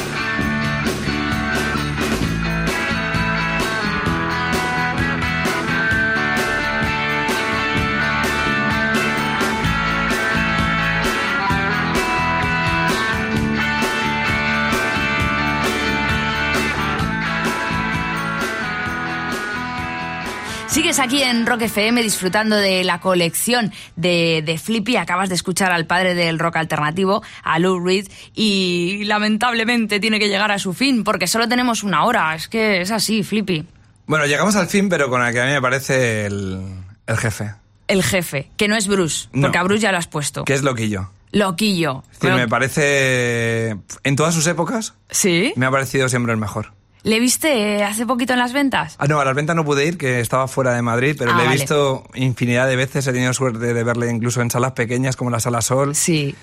Sigues aquí en Rock F M disfrutando de la colección de, de Flippy. Acabas de escuchar al padre del rock alternativo, a Lou Reed, y lamentablemente tiene que llegar a su fin porque solo tenemos una hora. Es que es así, Flippy. Bueno, llegamos al fin, pero con el que a mí me parece el, el jefe. El jefe, que no es Bruce, porque no, a Bruce ya lo has puesto. Que es Loquillo. Loquillo. Es decir, bueno, me parece... En todas sus épocas, ¿sí? Me ha parecido siempre el mejor. ¿Le viste hace poquito en las ventas? Ah, no, a las ventas no pude ir, que estaba fuera de Madrid, pero ah, le he vale. visto infinidad de veces. He tenido suerte de verle incluso en salas pequeñas como la Sala Sol. Sí.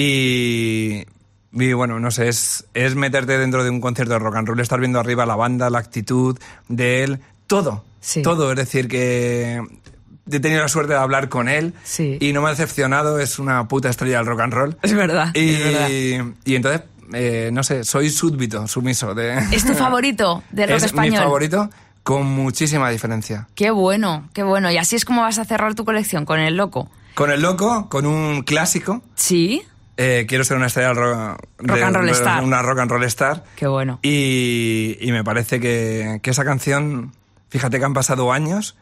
Y, y bueno, no sé, es, es meterte dentro de un concierto de rock and roll, estar viendo arriba la banda, la actitud de él, todo. Sí. Todo, es decir, que he tenido la suerte de hablar con él, sí, y no me ha decepcionado, es una puta estrella del rock and roll. Es verdad, y, es verdad. Y entonces... Eh, no sé, soy súbdito, sumiso. De... ¿Es tu favorito del rock es español? Es mi favorito, con muchísima diferencia. Qué bueno, qué bueno. Y así es como vas a cerrar tu colección, con El Loco. Con El Loco, con un clásico. Sí. Eh, quiero ser una estrella rock, rock de, and roll de, star. Una rock and roll star. Qué bueno. Y, y me parece que, que esa canción, fíjate que han pasado años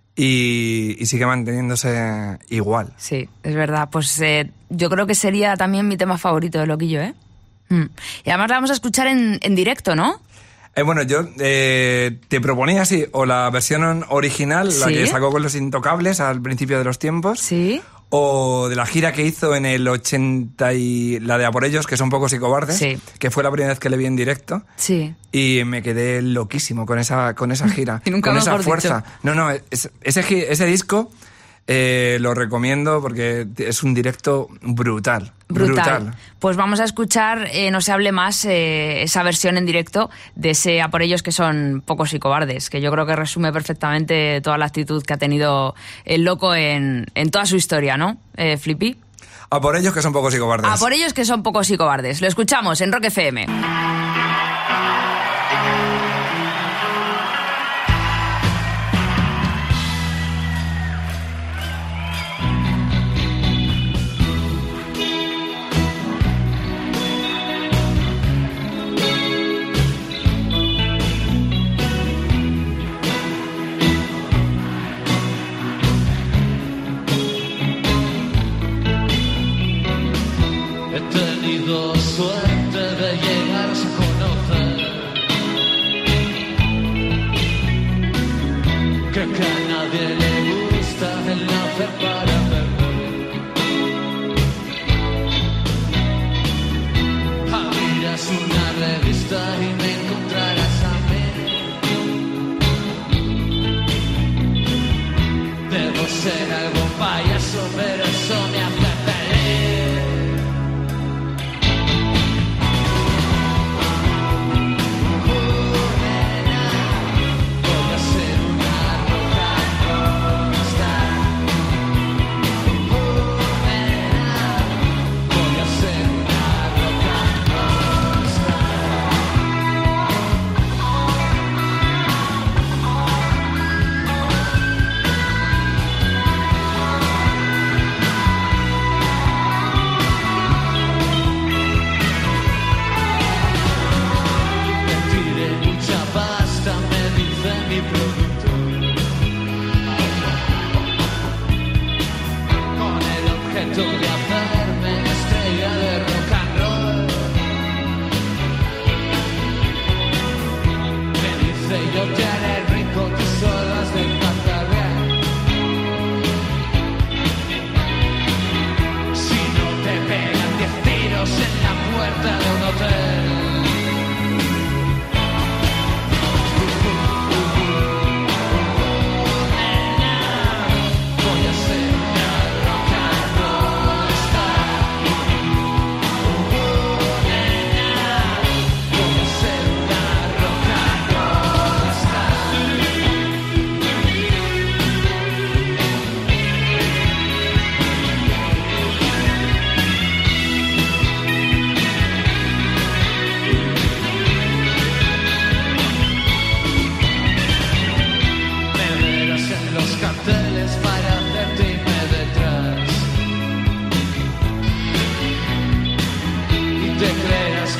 y, y sigue manteniéndose igual. Sí, es verdad. Pues eh, yo creo que sería también mi tema favorito de Loquillo, ¿eh? Mm. Y además la vamos a escuchar en, en directo, ¿no? Eh, bueno, yo eh, te proponía así, o la versión original, ¿sí? La que sacó con Los Intocables al principio de los tiempos. Sí. O de la gira que hizo en el ochenta y la de A por ellos, que son pocos y cobardes, sí, que fue la primera vez que le vi en directo. Sí. Y me quedé loquísimo con esa, con esa gira, y nunca con esa fuerza. Dicho. No, no, es, ese, ese disco eh, lo recomiendo porque es un directo brutal. Brutal. Brutal. Pues vamos a escuchar eh, No se hable más, eh, esa versión en directo de ese A por ellos, que son pocos y cobardes, que yo creo que resume perfectamente toda la actitud que ha tenido el Loco en, en toda su historia, ¿no, eh, Flippy? A por ellos que son pocos y cobardes. A por ellos que son pocos y cobardes. Lo escuchamos en Rock F M. He tenido suerte de llegar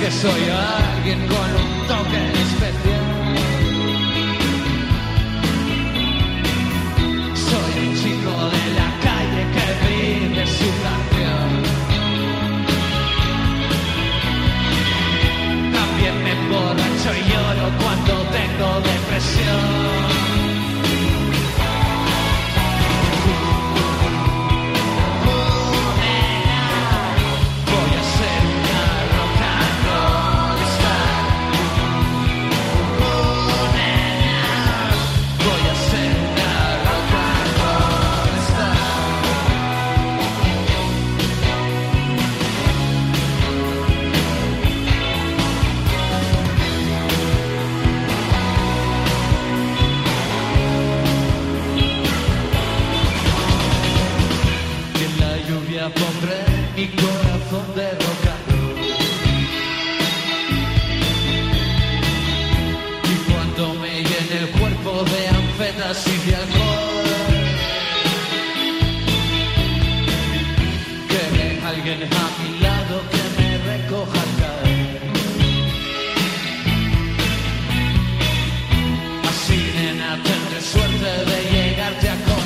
que soy alguien con un toque especial. Soy un chico de la calle que vive su canción. También me emborracho y lloro cuando tengo depresión. Pondré mi corazón de roca y cuando me llene el cuerpo de anfetas y de alcohol, que venga alguien a mi lado que me recoja al caer. Así, nena, tendré suerte de llegarte a conocer.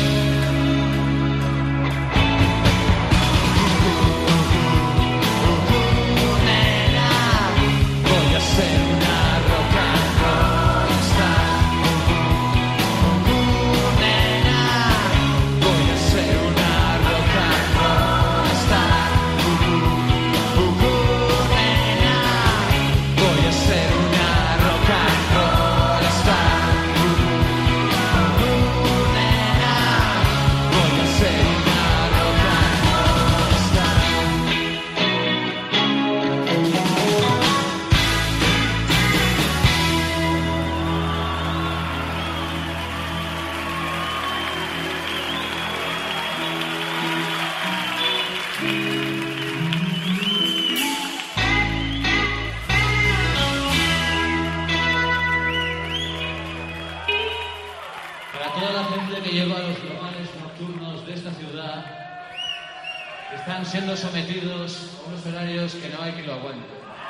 Están siendo sometidos a unos horarios que no hay que lo aguante.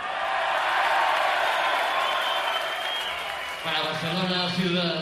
Para Barcelona, ciudad.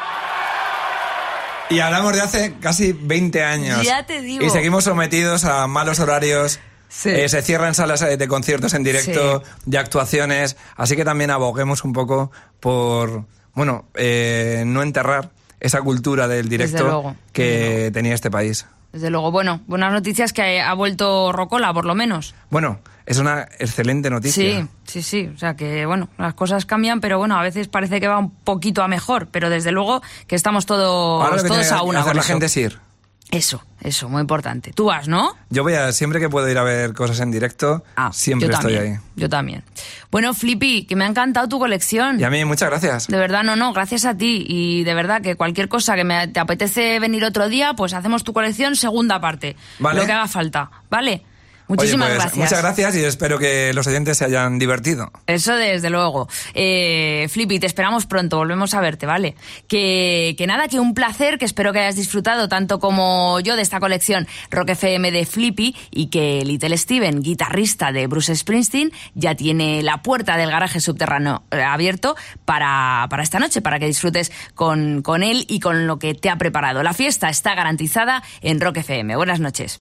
Y hablamos de hace casi veinte años. Ya te digo. Y seguimos sometidos a malos horarios. Sí. Eh, se cierran salas de conciertos en directo, sí. de actuaciones. Así que también aboguemos un poco por, bueno, eh, no enterrar esa cultura del directo que tenía este país. Desde luego. Bueno, buenas noticias que ha vuelto Rocola, por lo menos. Bueno, es una excelente noticia. Sí, sí, sí. O sea que, bueno, las cosas cambian, pero bueno, a veces parece que va un poquito a mejor. Pero desde luego que estamos todos, Ahora lo que todos tiene a una que hacer con la eso. gente es ir. Eso, eso, muy importante. Tú vas, ¿no? Yo voy a, siempre que puedo ir a ver cosas en directo, ah, siempre yo estoy también, ahí. Yo también. Bueno, Flippy, que me ha encantado tu colección. Y a mí, muchas gracias. De verdad, no, no, gracias a ti. Y de verdad que cualquier cosa que me, te apetece venir otro día, pues hacemos tu colección segunda parte. Vale. Lo que haga falta, ¿vale? Muchísimas Oye, pues, gracias. Muchas gracias y espero que los oyentes se hayan divertido. Eso desde luego. Eh, Flippy, te esperamos pronto, volvemos a verte, ¿vale? Que, que nada, que un placer, que espero que hayas disfrutado tanto como yo de esta colección Rock F M de Flippy y que Little Steven, guitarrista de Bruce Springsteen, ya tiene la puerta del garaje subterráneo eh, abierto para, para esta noche, para que disfrutes con, con él y con lo que te ha preparado. La fiesta está garantizada en Rock F M. Buenas noches.